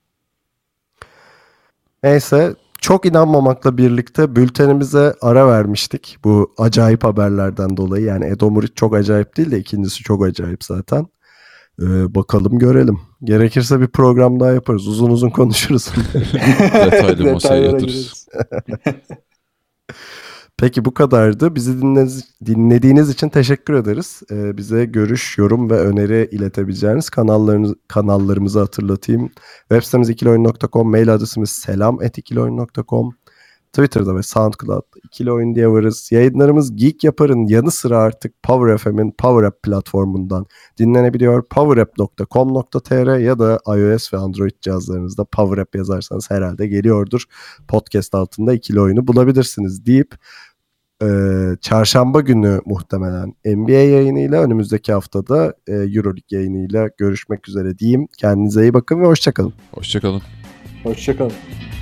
Neyse, çok inanmamakla birlikte bültenimize ara vermiştik bu acayip haberlerden dolayı. Yani Edo Muric çok acayip değil de ikincisi çok acayip zaten. Ee, bakalım görelim. Gerekirse bir program daha yaparız. Uzun uzun konuşuruz. Detaylı masaya Detaylara yatırırız. Peki bu kadardı. Bizi dinlediğiniz, dinlediğiniz için teşekkür ederiz. Ee, bize görüş, yorum ve öneri iletebileceğiniz kanallarınız, kanallarımızı hatırlatayım. Web sitemiz ikiloyun nokta com, mail adresimiz selam at ikiloyun nokta com. Twitter'da ve SoundCloud'da ikili oyun diye varız. Yayınlarımız Geek Yapar'ın yanı sıra artık Power F M'in Power App platformundan dinlenebiliyor. power app nokta com nokta tr ya da iOS ve Android cihazlarınızda Power App yazarsanız herhalde geliyordur. Podcast altında ikili oyunu bulabilirsiniz deyip e, çarşamba günü muhtemelen N B A yayınıyla, önümüzdeki haftada e, Euroleague yayınıyla görüşmek üzere diyeyim. Kendinize iyi bakın ve hoşçakalın. Hoşçakalın. Hoşçakalın.